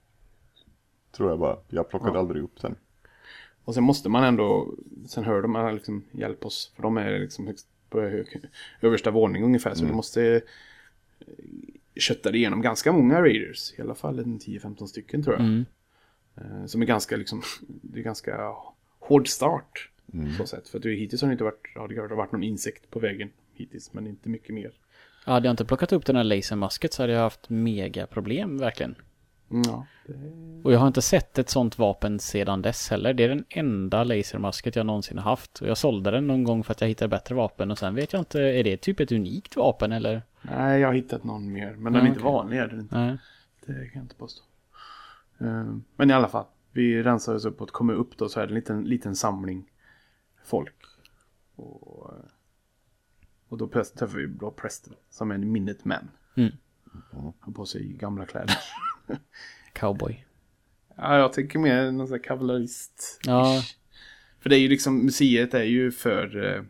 S1: Tror jag bara. Jag plockade ja. aldrig upp den.
S2: Och sen måste man ändå, sen hör de att liksom hjälp oss. För de är liksom högst på hög, översta våning ungefär. Så mm. du måste kötta det igenom ganska många raiders. I alla fall en tio femton stycken tror jag. Mm. Som är ganska liksom, det är ganska hård start. Mm. Så sätt. För att hittills har det inte varit, ja, det har varit någon insekt på vägen hittills. Men inte mycket mer.
S3: Ja, hade jag inte plockat upp den här lasermasket så hade jag haft mega problem verkligen.
S2: Ja, det...
S3: Och jag har inte sett ett sånt vapen sedan dess heller. Det är den enda lasermasket jag någonsin har haft. Och jag sålde den någon gång för att jag hittade bättre vapen. Och sen vet jag inte, är det typ ett unikt vapen eller?
S2: Nej, jag har hittat någon mer. Men den
S3: ja,
S2: är inte
S3: okay.
S2: vanlig. Är den inte.
S3: Nej.
S2: Det kan jag inte påstå. Uh, men i alla fall. Vi rensar oss upp och kommer upp då så är det en liten, liten samling folk. Och, och då träffar vi då Preston som är en Minuteman.
S3: Mm.
S2: Han på sig gamla kläder.
S3: Cowboy.
S2: Ja, jag tänker mer någon sån här kavallerist.
S3: Ja.
S2: För det är ju liksom, museet är ju för eh,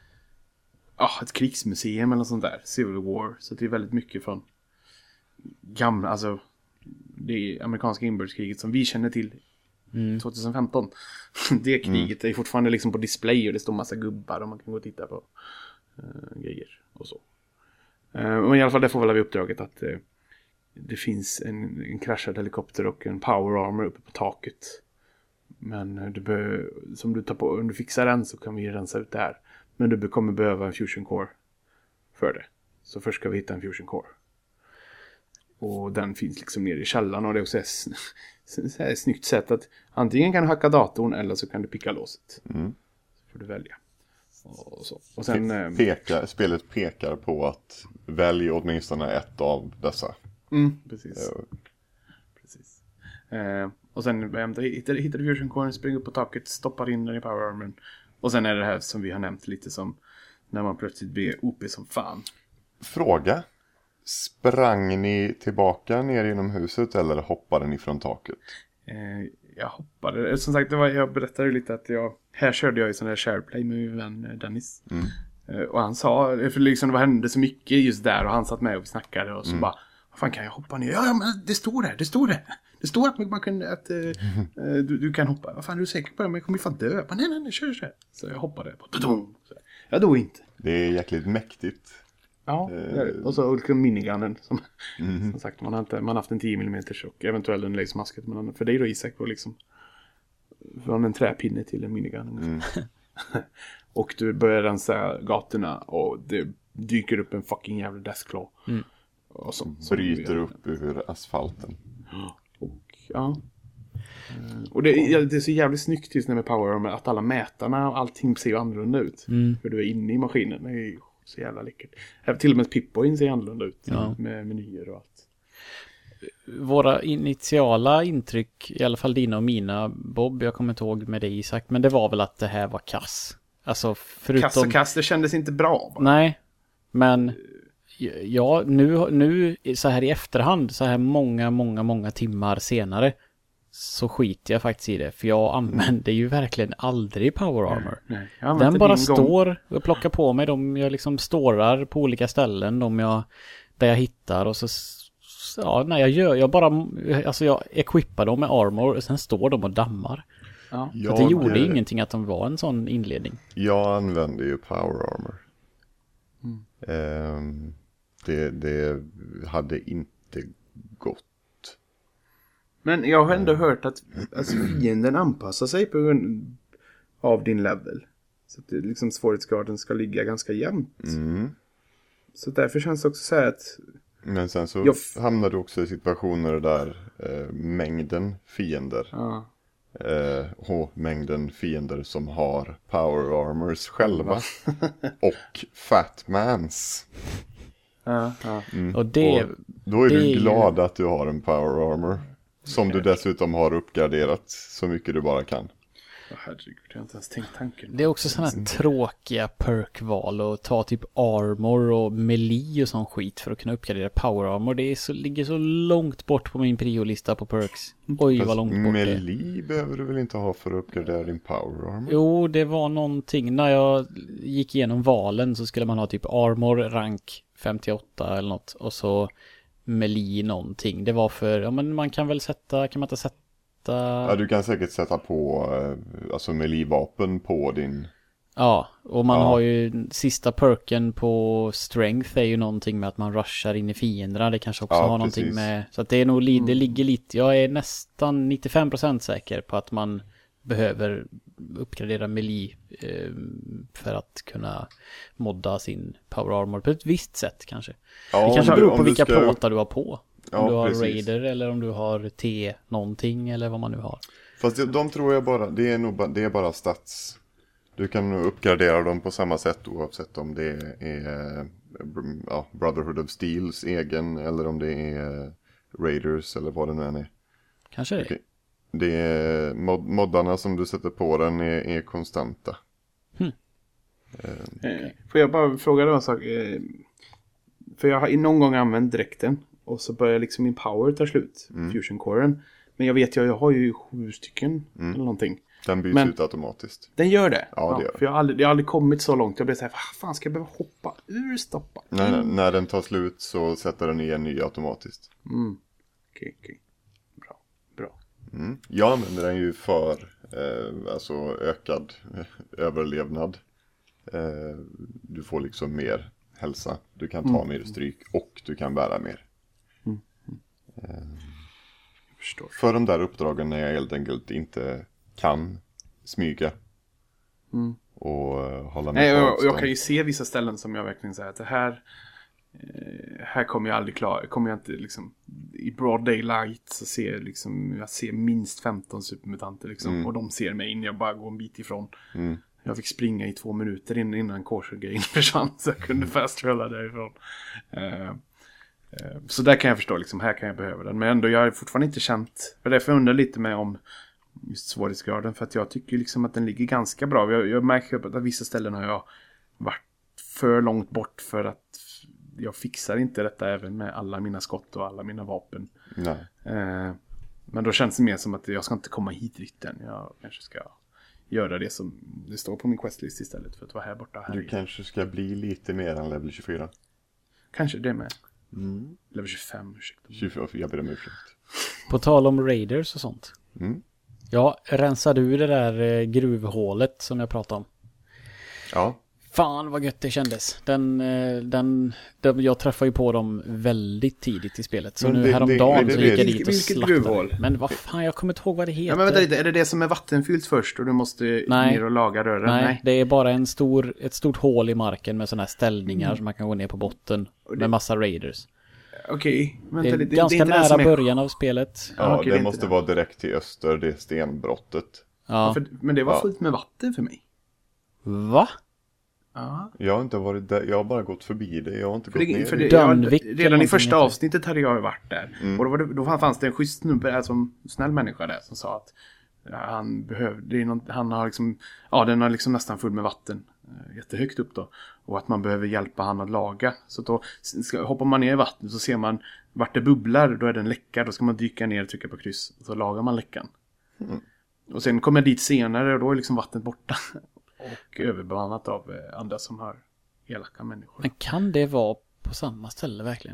S2: ah, ett krigsmuseum eller något sånt där. Civil War. Så det är väldigt mycket från gamla, alltså det är amerikanska inbördeskriget som vi känner till mm. tjugohundrafemton. Det kriget mm. är fortfarande liksom på display och det står massa gubbar och man kan gå och titta på uh, grejer och så. Uh, men i alla fall det får väl vi uppdraget att uh, det finns en, en kraschad helikopter och en power armor uppe på taket. Men uh, du bör, som du tar på, om du fixar den så kan vi rensa ut det här. Men du kommer behöva en fusion core för det. Så först ska vi hitta en fusion core. Och den finns liksom nere i källaren och det är också ett, ett snyggt sätt att antingen kan du hacka datorn eller så kan du picka låset.
S1: Mm.
S2: Så får du välja. Och, så. Och sen,
S1: Pe- pekar, spelet pekar på att välj åtminstone ett av dessa.
S2: Mm, precis. Uh. precis. Eh, och sen hittar, hittar du fusion core, springer upp på taket, stoppar in den i power armorn. Och sen är det här som vi har nämnt lite som när man plötsligt blir O P som fan.
S1: Fråga. Sprang ni tillbaka ner genom huset eller hoppade ni från taket?
S2: Eh, jag hoppade. Som sagt, det var, jag berättade ju lite att jag... Här körde jag i sån här shareplay med min vän Dennis. Mm. Eh, och han sa, för liksom det hände så mycket just där och han satt med och vi snackade och så mm. bara, vad fan kan jag hoppa ner? Ja, ja men det står där, det står där. Det står att man kan, att, eh, mm. du, du kan hoppa. Vad fan, är du säker på det? Men jag kommer ju fan dö. Men nej, nej, nej, kör, kör. Så jag hoppade. Så jag dog inte.
S1: Det är jäkligt mäktigt.
S2: Ja, uh, och så liksom minigunnen som, mm. som sagt, man har, inte, man har haft en tio millimeter och eventuellt en lasermasket, men för dig då Isak var liksom från en träpinne till en minigun mm. och du börjar rensa gatorna och det dyker upp en fucking jävla deathclaw
S3: mm.
S2: och så,
S1: så bryter vi, upp ur asfalten
S2: och ja och det, det är så jävligt snyggt just när med power armor att alla mätarna och allting ser annorlunda ut
S3: mm.
S2: för du är inne i maskinen. Det är så jävla läckert. Även till och med Pip-Boyn ser annorlunda ut
S3: ja.
S2: med menyer och allt.
S3: Våra initiala intryck, i alla fall dina och mina, Bob, jag kommer inte ihåg med dig Isak, men det var väl att det här var kass. Alltså förutom...
S2: Kass och kass, det kändes inte bra. Bara.
S3: Nej, men ja, nu, nu så här i efterhand, så här många, många, många timmar senare så skiter jag faktiskt i det. För jag använder ju verkligen aldrig power armor.
S2: Nej, nej.
S3: Den bara står och plockar på mig. De jag liksom storar på olika ställen. De jag, där jag hittar. Och så ja, nej jag gör, jag bara, alltså jag equippar dem med armor och sen står de och dammar.
S2: Ja.
S3: Så det gjorde ju ingenting att de var en sån inledning.
S1: Jag använde ju power armor.
S2: Mm.
S1: Um, det, det hade inte gått.
S2: Men jag har ändå hört att alltså, fienden anpassar sig på grund av din level. Så att det, liksom svårighetsgraden ska ligga ganska jämnt.
S1: Mm.
S2: Så därför känns det också så här att...
S1: Men sen så
S2: jag...
S1: hamnar du också i situationer där eh, mängden fiender
S2: Ja.
S1: eh, och mängden fiender som har power armors själva och fatmans.
S2: Ja, ja.
S1: Mm.
S3: Och det,
S1: och då är
S3: det
S1: du
S3: är
S1: glad
S3: ju...
S1: att du har en power armor som du dessutom har uppgraderat så mycket du bara kan.
S2: Oh, herregud, jag har inte ens tänkt tanken.
S3: Det är också sådana här tråkiga perkval och ta typ armor och melee och sån skit för att kunna uppgradera power armor. Det är så, ligger så långt bort på min priolista på perks. Oj, vad långt bort det är.
S1: Melee behöver du väl inte ha för att uppgradera din power armor?
S3: Jo, det var någonting. När jag gick igenom valen så skulle man ha typ armor, rank femtioåtta eller något. Och så melee någonting. Det var för, ja men man kan väl sätta, kan man inte sätta...
S1: Ja, du kan säkert sätta på eh, alltså melee-vapen på din...
S3: Ja, och man
S1: Ja.
S3: har ju sista perken på strength är ju någonting med att man rushar in i fienderna. Det kanske också
S1: Ja,
S3: har någonting
S1: precis.
S3: med... Så att det är nog li- det ligger lite... Jag är nästan nittiofem procent säker på att man behöver uppgradera melee eh, för att kunna modda sin power armor på ett visst sätt kanske.
S1: Ja,
S3: det kanske
S1: om du-
S3: beror på
S1: om du
S3: vilka
S1: ska-
S3: plåtar du har på. Om
S1: Ja,
S3: du har
S1: precis.
S3: Raider eller om du har T någonting eller vad man nu har.
S1: Fast de, de tror jag bara, det är nog ba, det är bara stats. Du kan nog uppgradera dem på samma sätt oavsett om det är eh, ja, Brotherhood of Steels egen eller om det är eh, Raiders eller vad det nu än är.
S3: Kanske det.
S1: Okej. Det är mod, moddarna som du sätter på den är, är konstanta.
S3: Hmm.
S1: Eh,
S2: Eh, Får jag bara fråga dig en sak? Eh, För jag har någon gång använt dräkten. Och så börjar liksom min power ta slut.
S1: Mm.
S2: Fusion-coren. Men jag vet ju, jag har ju sju stycken.
S1: Mm.
S2: Eller någonting.
S1: den byts
S2: Men-
S1: ut automatiskt.
S2: Den gör det?
S1: Ja, det gör
S2: För jag har, aldrig, jag har aldrig kommit så långt. Jag blev så här, vad fan ska jag behöva hoppa ur stoppa?
S1: Nej, nej, när den tar slut så sätter den i en ny automatiskt.
S2: Mm. Okej, okej. Bra, bra.
S1: Mm. Jag använder den ju för eh, alltså ökad eh, överlevnad. Eh, du får liksom mer hälsa. Du kan ta
S2: Mm.
S1: mer stryk och du kan bära mer.
S2: Mm.
S1: Eh,
S2: Jag förstår.
S1: för de där uppdragen när jag helt enkelt inte kan smyga.
S2: Mm.
S1: Och eh, hålla mig
S2: Nej,
S1: på
S2: jag,
S1: avstånd.
S2: jag kan ju se vissa ställen som jag verkligen säger att det här eh, här kommer jag aldrig klara. Kommer jag inte liksom i broad daylight så ser jag liksom jag ser minst femton supermutanter liksom
S1: Mm.
S2: och de ser mig in jag bara går en bit ifrån.
S1: Mm.
S2: Jag fick springa i två minuter innan, innan Corsair-grejen försvann så jag kunde fast rulla därifrån. Eh, eh, så där kan jag förstå liksom, här kan jag behöva den. Men ändå, jag har fortfarande inte känt, för därför undrar jag lite med om just svårighetsgraden, för att jag tycker liksom att den ligger ganska bra. Jag, jag märker att vissa ställen har jag varit för långt bort för att jag fixar inte detta även med alla mina skott och alla mina vapen.
S1: Nej.
S2: Eh, men då känns det mer som att jag ska inte komma hit riktigt än. Jag kanske ska göra det som det står på min questlist istället för att vara här borta. Här
S1: Du
S2: i.
S1: kanske ska bli lite mer än level tjugofyra.
S2: Kanske det med.
S1: Mm.
S2: Level tjugofem, ursäkta.
S1: tjugofyra, jag ber om ursäkt.
S3: På tal om Raiders och sånt.
S1: Mm.
S3: Ja, rensade ur det där eh, gruvhålet som jag pratade om.
S1: Ja.
S3: Fan vad gött det kändes. Den, eh, den, den, jag träffade ju på dem väldigt tidigt i spelet. Så
S1: Men
S3: nu
S1: det-
S3: häromdagen
S1: det-
S3: så
S1: det-
S3: gick jag
S2: det-
S3: dit och
S2: vilket
S3: slaktade.
S2: gruvhål?
S3: Men vad fan, jag kommer inte ihåg vad det heter.
S2: Ja, men vänta lite, är det det som är vattenfyllt först och du måste
S3: Nej.
S2: ner och laga rören?
S3: Nej, det är bara en stor, ett stort hål i marken med sådana här ställningar som man kan gå ner på botten
S2: det-
S3: med massa raiders.
S2: Okej,
S3: Det
S2: vänta
S3: är
S2: lite.
S3: ganska
S2: det är inte den
S3: nära
S2: som är-
S3: början av spelet.
S1: Ja,
S2: okej, det är
S1: det
S2: inte
S1: måste
S2: den.
S1: vara direkt till öster, det är stenbrottet.
S3: Ja.
S2: För, men det var
S1: Ja.
S2: fullt med vatten för mig.
S3: Va?
S2: Ja.
S1: Jag har inte varit där, jag har bara gått förbi det, jag har inte
S2: För
S1: gått
S2: det,
S1: ner
S2: för
S1: i
S2: det,
S1: det.
S2: jag,
S3: Dunvik eller
S2: redan i
S3: någonting
S2: första
S3: heter det.
S2: avsnittet hade jag ju varit där.
S1: Mm.
S2: Och då, var det, då fanns det en schysst snubbe där som snäll människa där som sa att ja, han behövde, det är något, han har liksom, ja den har liksom nästan full med vatten. eh, Jättehögt upp då. Och att man behöver hjälpa han att laga. Så då ska, hoppar man ner i vattnet så ser man vart det bubblar, då är den läcka. Då ska man dyka ner och trycka på kryss. Och så lagar man läckan.
S1: Mm.
S2: Och sen kommer jag dit senare och då är liksom vattnet borta. Och överbemannat av eh, andra som har elaka människor.
S3: Men kan det vara på samma ställe verkligen?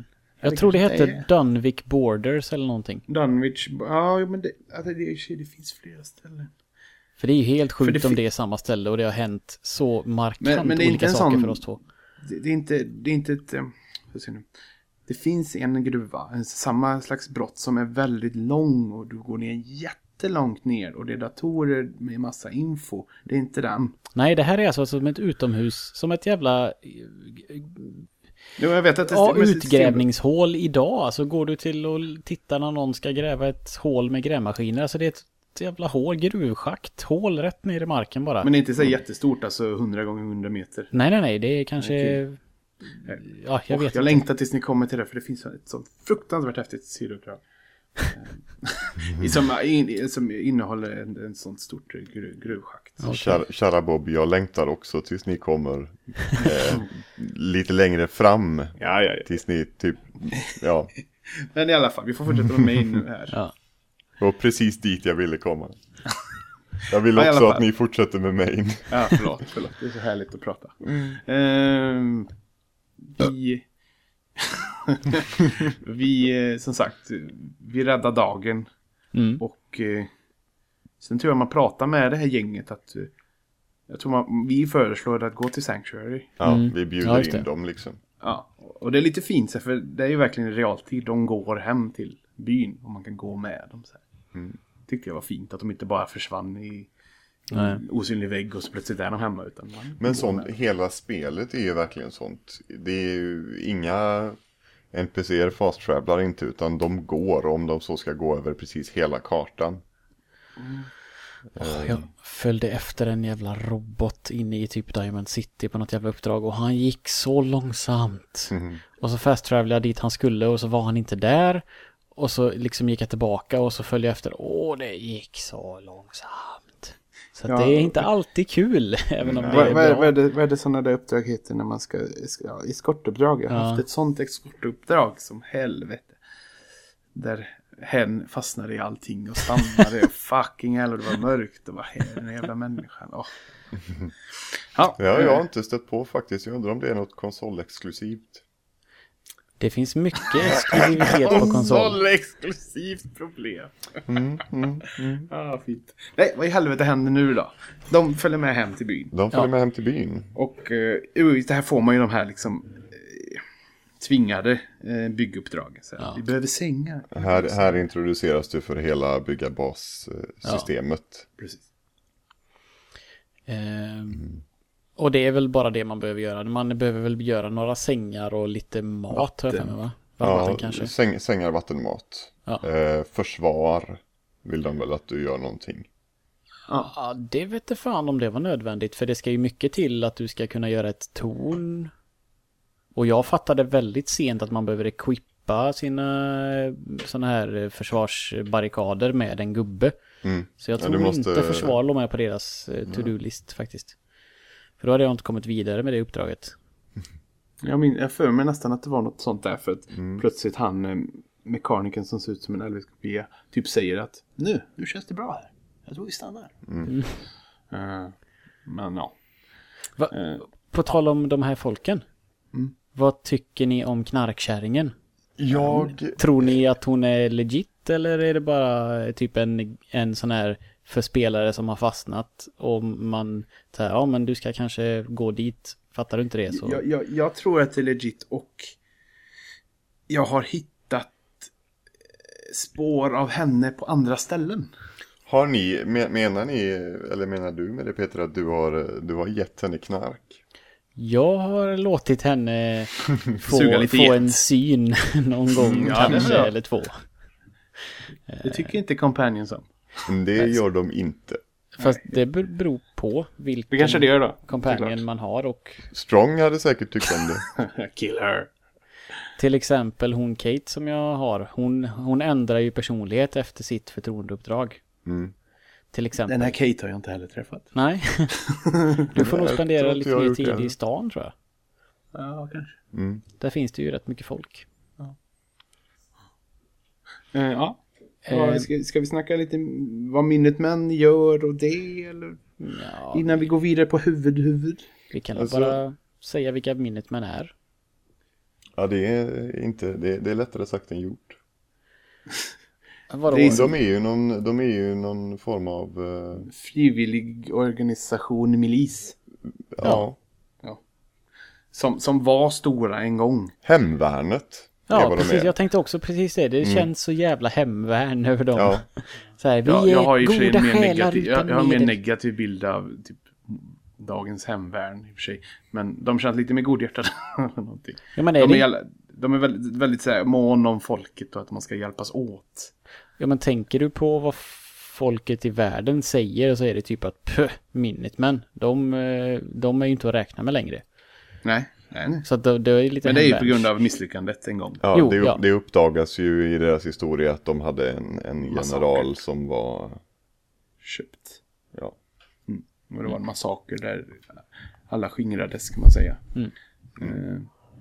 S3: Jag
S2: det
S3: tror det
S2: kanske
S3: heter
S2: är.
S3: Dunwich Borders eller någonting.
S2: Dunwich, ja men det, alltså det, det finns flera ställen.
S3: För det är ju helt
S2: För
S3: sjukt
S2: det
S3: om
S2: fi-
S3: det är samma ställe och det har hänt så markant
S2: Men- men det är
S3: olika
S2: inte en
S3: saker
S2: sån-
S3: för oss två.
S2: Det, det är inte, det är inte ett, eh, hur säger nu? Det finns en gruva, en samma slags brott som är väldigt lång och du går ner jättelångt ner och det är datorer med massa info. Det är inte den.
S3: Nej, det här är alltså som ett utomhus, som ett jävla
S2: Jo, jag vet att det
S3: ja,
S2: men-
S3: utgrävningshål idag. Alltså går du till och tittar när någon ska gräva ett hål med grävmaskiner. Alltså det är ett jävla hål, gruvschakt, hål rätt ner i marken bara.
S2: Men det är inte så jättestort, alltså hundra gånger hundra meter.
S3: Nej, nej, nej, det är kanske...
S2: Okej.
S3: Ja, jag
S2: Och
S3: vet
S2: jag
S3: inte.
S2: längtar tills ni kommer till det, för det finns ett sånt fruktansvärt häftigt sidouppdrag. Eh, som, in, som innehåller en, en sånt stort gru, gruvschakt.
S3: Okay.
S1: Kära, kära Bob, jag längtar också tills ni kommer eh, lite längre fram.
S2: Ja, ja, ja.
S1: Tills ni typ, ja.
S2: Men i alla fall, vi får fortsätta med mig nu här.
S3: Ja.
S1: Det var precis dit jag ville komma. Jag vill
S2: Ja, i alla
S1: också
S2: fall.
S1: att ni fortsätter med mig.
S2: Ja, förlåt, förlåt. Det är så härligt att prata. Ehm, vi... vi, eh, som sagt, vi räddar dagen.
S3: Mm.
S2: Och eh, sen tror jag man pratar med det här gänget att... Eh, jag tror man, vi föreslår att gå till Sanctuary.
S1: Ja,
S3: Mm.
S1: vi bjuder
S3: Ja, just det.
S1: in dem liksom.
S2: Ja, och det är lite fint så här, för det är ju verkligen i realtid. De går hem till byn och man kan gå med dem så här.
S1: Mm.
S2: Tyckte jag var fint att de inte bara försvann i
S3: Nej.
S2: en osynlig vägg och så plötsligt är de hemma, utan man går
S1: Men sånt,
S2: med.
S1: hela spelet är ju verkligen sånt. Det är ju inga N P C-er fast-travelar inte, utan de går om de så ska gå över precis hela kartan.
S3: Jag följde efter en jävla robot inne i typ Diamond City på något jävla uppdrag och han gick så långsamt.
S1: Mm.
S3: Och så fast-travelade jag dit han skulle och så var han inte där. Och så liksom gick jag tillbaka och så följde jag efter. Åh, det gick så långsamt. Så att
S2: Ja.
S3: det är inte alltid kul, även om det
S2: Vad,
S3: är
S2: vad,
S3: bra.
S2: vad, är det, vad är det sådana där uppdrag heter när man ska, ja, eskortuppdrag? Jag har
S3: Ja.
S2: haft ett sånt eskortuppdrag som helvete. Där hen fastnade i allting och stannade och fucking hell och det var mörkt och vad är den jävla människan? Åh. Ja,
S1: Ja, jag har inte stött på faktiskt. Jag undrar om det är något konsolexklusivt.
S3: Det finns mycket exklusivitet på konsol.
S2: exklusivt problem.
S1: Mm, mm, mm.
S2: Ja, fint. Nej, vad i helvete händer nu då? De följer med hem till byn.
S1: De följer
S3: Ja.
S1: med hem till byn.
S2: Och eh, det här får man ju de här liksom eh, tvingade eh, bygguppdragen. Så här,
S3: Ja.
S2: Vi behöver sängar.
S1: Här, här introduceras du för hela bygga bas-systemet.
S2: Precis.
S3: Ehm, och det är väl bara det man behöver göra. Man behöver väl göra några sängar och lite mat, har jag för mig, va? Vatten
S1: Ja,
S3: kanske.
S1: säng, sängar, vatten, mat.
S3: Ja.
S1: Eh, försvar vill de väl att du gör någonting.
S2: Ja.
S3: Ja, det vet jag fan om det var nödvändigt. För det ska ju mycket till att du ska kunna göra ett torn. Och jag fattade väldigt sent att man behöver equippa sina såna här försvarsbarrikader med en gubbe.
S1: Mm.
S3: Så jag
S1: Ja,
S3: tror
S1: du måste-
S3: inte försvar låg med på deras eh, to-do-list faktiskt. För då hade jag inte kommit vidare med det uppdraget.
S2: Jag, min, jag för mig nästan att det var något sånt där. För att
S1: Mm.
S2: plötsligt han, eh, mekaniken som ser ut som en Elvis-kopia, typ säger att nu, nu känns det bra här. Jag tror vi stannar.
S1: Mm.
S2: Eh, men ja.
S3: Va?
S2: Eh,
S3: På tal om de här folken.
S2: Mm.
S3: Vad tycker ni om knarkkärringen?
S1: Jag...
S3: Tror ni att hon är legit eller är det bara typ en, en sån här för spelare som har fastnat och man säger ja men du ska kanske gå dit, fattar du inte det så?
S2: jag, jag, jag tror att det är legit och jag har hittat spår av henne på andra ställen.
S1: Har ni, men- menar ni, eller menar du med det Peter, att du har, du har gett henne knark?
S3: Jag har låtit henne få,
S2: Suga lite
S3: få
S2: get.
S3: en syn någon gång
S2: Ja, det är
S3: kanske
S2: bra.
S3: eller två.
S2: Det tycker inte Companions om.
S1: Men det gör de inte.
S3: Fast det ber- beror på
S2: Det
S3: vilken
S2: kanske det gör då.
S3: companion
S2: såklart.
S3: man har och
S1: Strong hade säkert tyckt om det.
S2: Kill her.
S3: till exempel hon Kate som jag har, hon, hon ändrar ju personlighet efter sitt förtroendeuppdrag.
S1: Mm.
S3: Till exempel.
S2: Den här Kate har jag inte heller träffat.
S3: Nej. Du får nog
S1: Jag
S3: spendera
S1: tror inte
S3: lite
S1: jag har
S3: mer
S1: gjort
S3: tid
S1: det.
S3: i stan tror jag.
S2: Ja, kanske.
S1: Mm.
S3: Där finns det ju rätt mycket folk.
S2: Eh, ja.
S3: Eh,
S2: Vad- Ska, ska vi snacka lite vad Minutemen gör och det? Eller?
S3: ja,
S2: Innan vi går vidare på huvud, huvud.
S3: vi kan
S1: alltså-
S3: bara säga vilka Minutemen är.
S1: Ja, det är inte, det, det är lättare sagt än gjort.
S3: Vadå?
S2: Det är
S1: De är ju någon, de är ju någon form av... Uh,
S2: Frivillig organisation milis.
S1: ja.
S2: Ja. Som, som var stora en gång.
S1: Hemvärnet. är
S3: Ja,
S1: vad de
S3: precis.
S1: är.
S3: Jag tänkte också precis det. Det
S1: Mm.
S3: känns så jävla hemvärn över dem.
S1: Ja.
S3: Så här, vi
S2: Ja, jag har
S3: är
S2: ju för sig
S3: goda
S2: en mer
S3: själar
S2: negativ, jag,
S3: utan
S2: jag har en mer
S3: medel.
S2: negativ bild av typ dagens hemvärn i och för sig. Men de känns lite mer godhjärtade. eller någonting.
S3: Ja, men är
S2: De är,
S3: det...
S2: jävla, de är väldigt, väldigt så här, mån om folket och att man ska hjälpas åt.
S3: Ja, men tänker du på vad folket i världen säger, så är det typ att pö, Minutemen, de, eh, de är ju inte att räkna med längre.
S2: Nej, nej, nej.
S3: Så att det, det är lite
S2: Men det är ju på
S3: hemvärns.
S2: grund av misslyckandet en gång.
S1: Ja,
S3: Jo,
S1: det,
S3: ja.
S1: det uppdagas ju i deras historia att de hade en, en
S2: Massaker.
S1: general som var...
S2: Köpt.
S1: Ja.
S2: Och det var en massaker där alla skingrades kan man säga.
S3: Mm.
S2: Eh,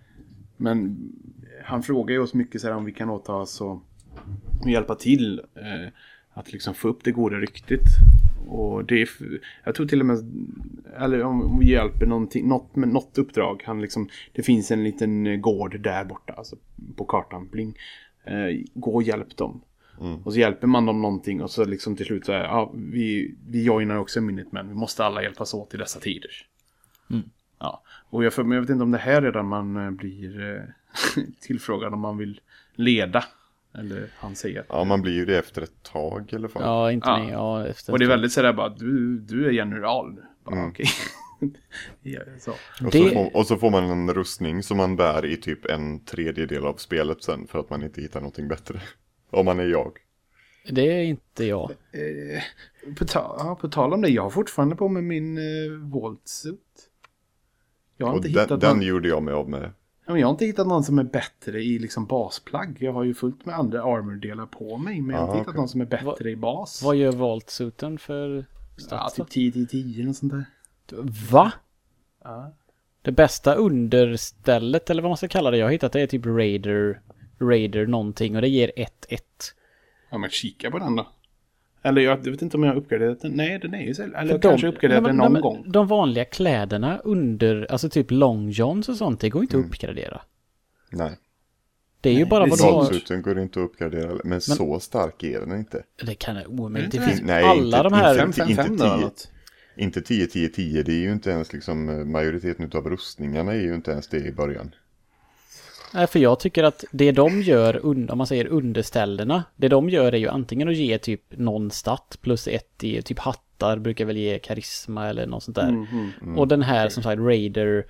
S2: Men han frågar ju oss mycket så här om vi kan åta oss och hjälpa till eh, att liksom få upp det goda ryktet. Och det är, jag tror till och med, eller om vi hjälper någonting, något med något uppdrag. Han liksom, det finns en liten gård där borta, alltså på kartan, bling. Eh, gå och hjälp dem.
S1: Mm.
S2: Och så hjälper man dem någonting och så liksom till slut så här, ja, vi, vi joinar också Minutemen. Vi måste alla hjälpas åt i dessa tider.
S3: Mm.
S2: Ja, och jag, för, men jag vet inte om det här redan man eh, blir eh, tillfrågad om man vill leda. Eller han säger att...
S1: Ja, man blir ju det efter ett tag i alla fall.
S3: Ja, inte
S2: Ja.
S3: med. Ja, efter
S2: Och det är väldigt sådär bara, du, du är general nu. Bara,
S1: Mm.
S2: okej. ja, så.
S1: Och,
S3: Det-
S1: så får, och så får man en rustning som man bär i typ en tredjedel av spelet sen för att man inte hittar någonting bättre. Om man är jag.
S3: Det är inte jag.
S2: Eh, på, ta- ja, på tal om det, jag har fortfarande på med min eh, Vault-suit. Jag har,
S1: Och
S2: inte
S1: den,
S2: hittat
S1: den
S2: någon,
S1: gjorde jag med av med.
S2: ja, men jag har inte hittat någon som är bättre i liksom basplagg. Jag har ju fullt med andra armor-delar på mig. Men jag har
S1: Ah,
S2: inte hittat
S1: okej.
S2: någon som är bättre
S3: Va-
S2: i bas.
S3: Vad gör Vault-suiten för
S2: Ja,
S3: stats?
S2: typ tio tio tio och sånt där.
S3: Va?
S2: Ja.
S3: Det bästa understället, eller vad man ska kalla det, jag har hittat, det är typ Raider, Raider någonting, och det ger ett ett.
S2: Ja, men kika på den då. Eller jag vet inte om jag har uppgraderat den. Nej, den är ju så. Eller
S3: För
S2: jag kanske uppgraderat
S3: de,
S2: den
S3: de,
S2: någon
S3: de,
S2: gång.
S3: De vanliga kläderna under, alltså typ long johns och sånt, det går inte att uppgradera.
S1: Nej.
S3: Det är ju
S2: Nej,
S3: bara
S2: det
S3: vad
S2: är
S3: du
S2: sant.
S3: har.
S1: Valsuten går inte att uppgradera. Men, så stark är den inte.
S3: Det kan det omöjligt. Det
S2: Nej,
S3: finns
S1: nej,
S3: alla
S1: inte-
S3: de här.
S1: inte-
S2: fem fem fem då eller något.
S1: Inte tio tio tio. Det är ju inte ens liksom majoriteten av rustningarna är ju inte ens det i början.
S3: Nej, för jag tycker att det de gör, un- om man säger underställena, det de gör är ju antingen att ge typ någon stat plus ett i typ hattar brukar väl ge karisma eller något sånt där.
S2: Mm, mm.
S3: Och den här som sagt Raider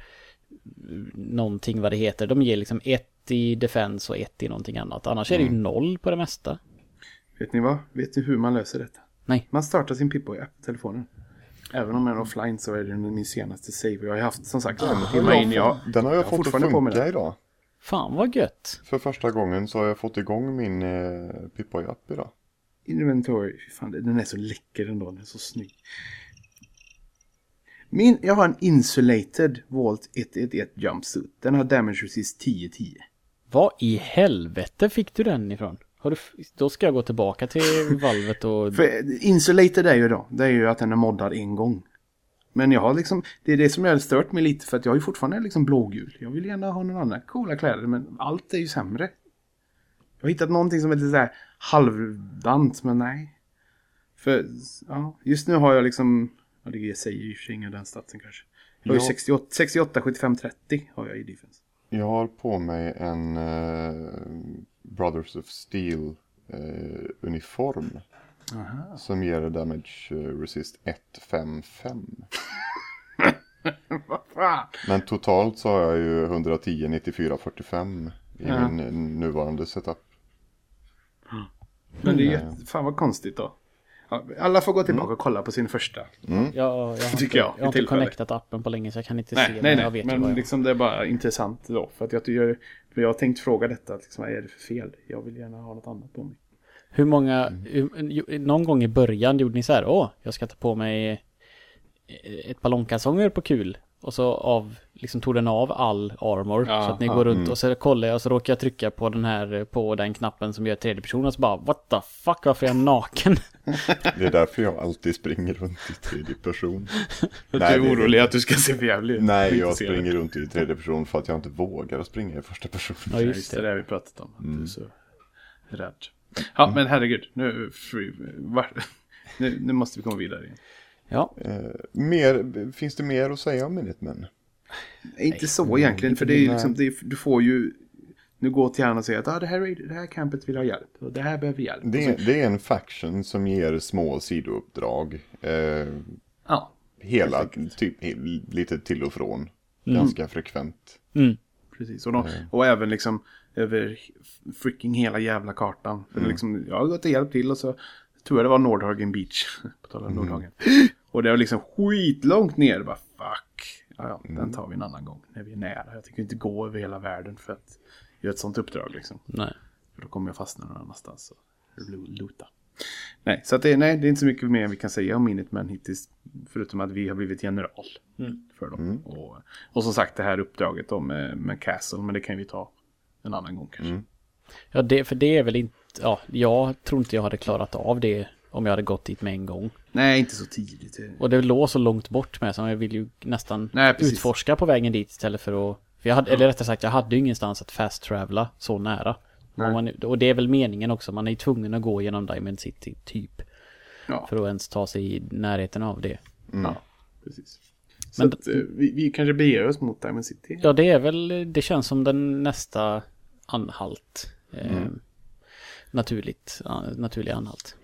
S3: någonting vad det heter, de ger liksom ett i defense och ett i någonting annat. Annars är det ju noll på det mesta.
S2: Vet ni vad? Vet ni hur man löser detta?
S3: Nej.
S2: Man startar sin Pip-Boy-app på telefonen. Även om jag är offline så är det min senaste save. Jag har haft som sagt fem timmar in. Jag,
S1: Den har jag,
S2: jag
S1: fått att
S2: fortfarande på med
S1: funka
S2: det.
S1: idag.
S3: Fan vad gött.
S1: För första gången så har jag fått igång min eh, Pip-Boy-app idag.
S2: Inventory, fy fan, den är så läcker ändå, den är så snygg. Min, jag har en insulated Vault ett ett ett jumpsuit. Den har damage resist tio tio.
S3: Vad i helvete fick du den ifrån? Har du f- då ska jag gå tillbaka till valvet och...
S2: För insulated är ju då, det är ju att den är moddad en gång. Men jag har liksom, det är det som jag har stört mig lite för att jag är ju fortfarande liksom blågul. Jag vill gärna ha någon annan coola kläder, men allt är ju sämre. Jag har hittat någonting som är lite så här halvdant, men nej. För, ja, just nu har jag liksom, ja det säger ju inga den statsen kanske. Jag har ju
S1: Ja.
S2: sextioåtta, sextioåtta sjuttiofem trettio har jag i defense.
S1: Jag har på mig en eh, Brothers of Steel eh, uniform.
S2: Aha.
S1: Som ger damage eh, resist ett fem fem.
S2: Vad fan?
S1: Men totalt så har jag ju etthundratio nittiofyra fyrtiofem i
S2: Ja.
S1: min eh, nuvarande setup.
S2: Men det är jätte, fan vad konstigt då. Ja, alla får gå tillbaka och kolla på sin första.
S1: Mm.
S3: Jag, jag har
S2: Tycker
S3: inte,
S2: jag,
S3: jag, har inte
S2: tillfälle.
S3: connectat appen på länge så jag kan inte
S2: Nej,
S3: se.
S2: nej,
S3: men
S2: nej.
S3: jag vet ju vad
S2: Men
S3: jag...
S2: liksom det är bara intressant då. För att jag, jag, för jag har tänkt fråga detta. Liksom, vad är det för fel? Jag vill gärna ha något annat på mig.
S3: Hur många... hur- Någon gång i början gjorde ni så här, åh, jag ska ta på mig ett par långkalsonger på kul. och så av, liksom tog den av all armor.
S2: Ja,
S3: så att ni
S2: ja,
S3: går runt
S1: mm.
S3: och så kollar jag och så råkar jag trycka på den här, på den knappen som gör tredje person och så bara, what the fuck, varför är jag naken?
S1: Det är därför jag alltid springer runt i tredje person.
S2: För
S1: Nej,
S2: du är
S1: det-
S2: orolig att du ska se för jävligt ut.
S1: Nej,
S2: Inte
S1: jag
S2: se det.
S1: springer runt i tredje person för att jag inte vågar springa i första person.
S3: Ja,
S2: Just
S3: just
S2: det,
S3: det.
S2: det har vi pratat om. Att du är så rädd. Ja, men herregud. Nu, free, var, nu, nu måste vi komma vidare igen.
S3: Ja,
S1: Eh, mer, finns det mer att säga om Minutemen?
S2: Inte så egentligen, för det är ju
S1: Nej.
S2: liksom, det är, du får ju nu gå till han och säga att ah, det, här, är- det här campet vill ha hjälp och det här behöver hjälp.
S1: Det,
S2: Och så,
S1: det är en faction som ger små sidouppdrag. Eh,
S2: ja,
S1: hela,
S2: helt enkelt.
S1: typ he- lite till och från. Ganska frekvent.
S3: mm.
S2: precis. Och, de, och även liksom över freaking hela jävla kartan. För det är liksom, jag har gått och hjälpt till och så tror jag det var Nordhagen Beach. På tal om Nordhagen. Och det var liksom skitlångt ner. Bara fuck. Ja, ja, den tar vi en annan gång när vi är nära. Jag tänker inte gå över hela världen för att göra ett sånt uppdrag liksom.
S3: Nej.
S2: För då kommer jag fastna någon annanstans och luta. Nej, så att det, nej, det är inte så mycket mer vi kan säga om Minutemen hittills. Förutom att vi har blivit general
S3: Mm.
S2: för dem. Och, och som sagt det här uppdraget då med, med Castle. Men det kan vi ta en annan gång kanske.
S1: Mm.
S3: Ja, det, för det är väl inte, ja, jag tror inte jag hade klarat av det om jag hade gått dit med en gång.
S2: Nej, inte så tidigt. Det-
S3: Och det låg så långt bort med så jag vill ju nästan
S2: Nej, precis.
S3: utforska på vägen dit istället för att, för jag hade, eller rättare sagt, jag hade ju ingenstans att fast travela så nära.
S2: Nej.
S3: Och, man, och det är väl meningen också, man är ju tvungen att gå genom Diamond City typ.
S2: Ja,
S3: För att ens ta sig i närheten av det.
S2: ja, precis. Så
S3: Men-
S2: att, eh, vi, vi kanske beger oss mot Diamond City.
S3: Ja, det är väl, det känns som den nästa anhalt. Eh, Naturligt, ja, naturlig anhalt.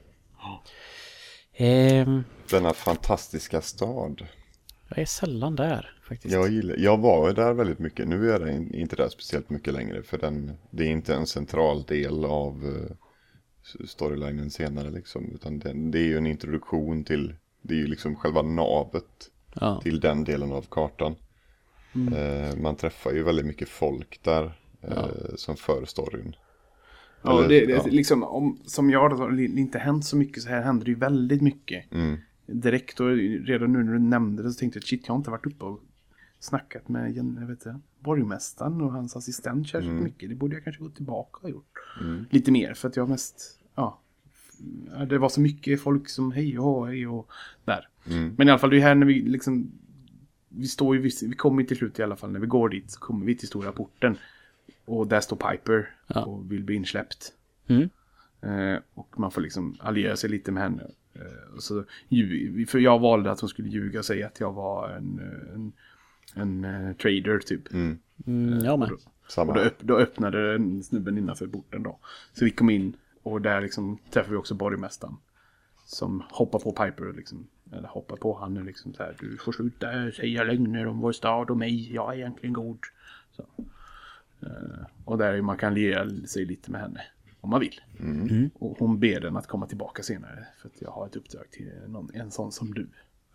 S3: Eh,
S1: Denna fantastiska stad.
S3: jag är sällan där faktiskt.
S1: Jag, gillar, jag var där väldigt mycket. Nu är jag inte där speciellt mycket längre. För den, det är inte en central del av uh, storylinen senare. Liksom, utan den, det är ju en introduktion till... Det är ju liksom själva navet
S3: Ja.
S1: till den delen av kartan. Eh, man träffar ju väldigt mycket folk där eh, som för storyn.
S2: Ja,
S1: Eller,
S2: det, det,
S1: ja.
S2: Liksom, om, som jag då, det inte hänt så mycket så här händer det ju väldigt mycket.
S1: Mm.
S2: Direkt och redan nu när du nämnde det så tänkte jag shit, jag har inte varit uppe och snackat med jag vet inte, borgmästaren och hans assistent särskilt
S1: Mm.
S2: mycket. Det borde jag kanske gå tillbaka och gjort.
S1: Mm.
S2: Lite mer för att jag mest, ja, ja, det var så mycket folk som hej och hå, hej och där.
S1: Mm.
S2: Men i alla fall det är här när vi liksom, vi står ju, vi kommer ju till slut i alla fall när vi går dit så kommer vi till stora porten. Och där står Piper
S3: Ja.
S2: och vill bli insläppt.
S3: Mm.
S2: Eh, och man får liksom alliera sig lite med henne. Eh, och så, lju- för jag valde att hon skulle ljuga och säga att jag var en, en, en uh, trader typ.
S1: Mm.
S3: Mm, jag med.
S1: Samma.
S2: Och då, öpp- då öppnade en snubben innanför porten då. Så vi kom in och där liksom träffade vi också borgmästaren. Som hoppar på Piper liksom. Eller hoppar på han är liksom så här. Du får sluta säga lögner om vår stad och mig. Jag är egentligen god. Så. Eh, och där är man kan liera sig lite med henne. Om man vill.
S3: Mm.
S2: Och hon ber den att komma tillbaka senare. För att jag har ett uppdrag till någon, en sån som du.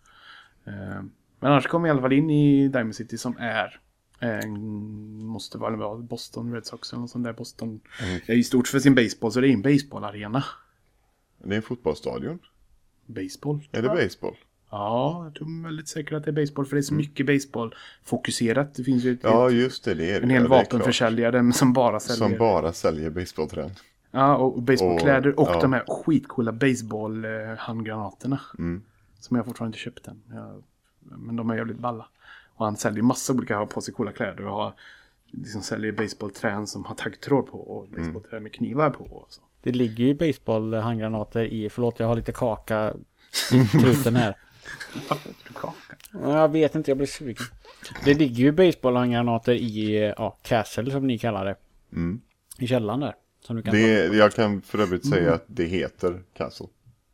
S2: Eh, men annars kommer vi i alla fall in i Diamond City som är en, måste vara Boston Red Sox eller något sånt där. Boston är ju stort för sin baseball så det är en baseballarena.
S1: Det är en fotbollsstadion.
S2: Baseball?
S1: Är det baseball?
S2: Ja, jag tror väldigt säkert att det är baseball. För det är så mycket baseball fokuserat. Det finns ju ett,
S1: Ja,
S2: ett,
S1: just det. Det är det.
S2: en hel
S1: Ja, det är klart.
S2: vapenförsäljare som bara säljer.
S1: Som bara säljer baseballträn.
S2: Ja, och baseballkläder och,
S1: Och- ja.
S2: de här skitcoola baseball-handgranaterna.
S1: Mm.
S2: Som jag fortfarande inte köpt än. Jag, men de är jävligt balla. Och han säljer massa olika, har på sig coola kläder och har, liksom säljer baseballträn som har taggtråd på och baseballträn med knivar på. Och så.
S3: Det ligger ju baseballhandgranater i, förlåt jag har lite kaka i truten här.
S2: Du kaka.
S3: Ja, jag vet inte, jag blir sugen. Det ligger ju baseballhandgranater i, ja, Castle som ni kallar det.
S1: Mm.
S3: I källaren där. Som du kan
S1: Det, jag kan för övrigt
S2: Mm.
S1: säga att det heter Castle.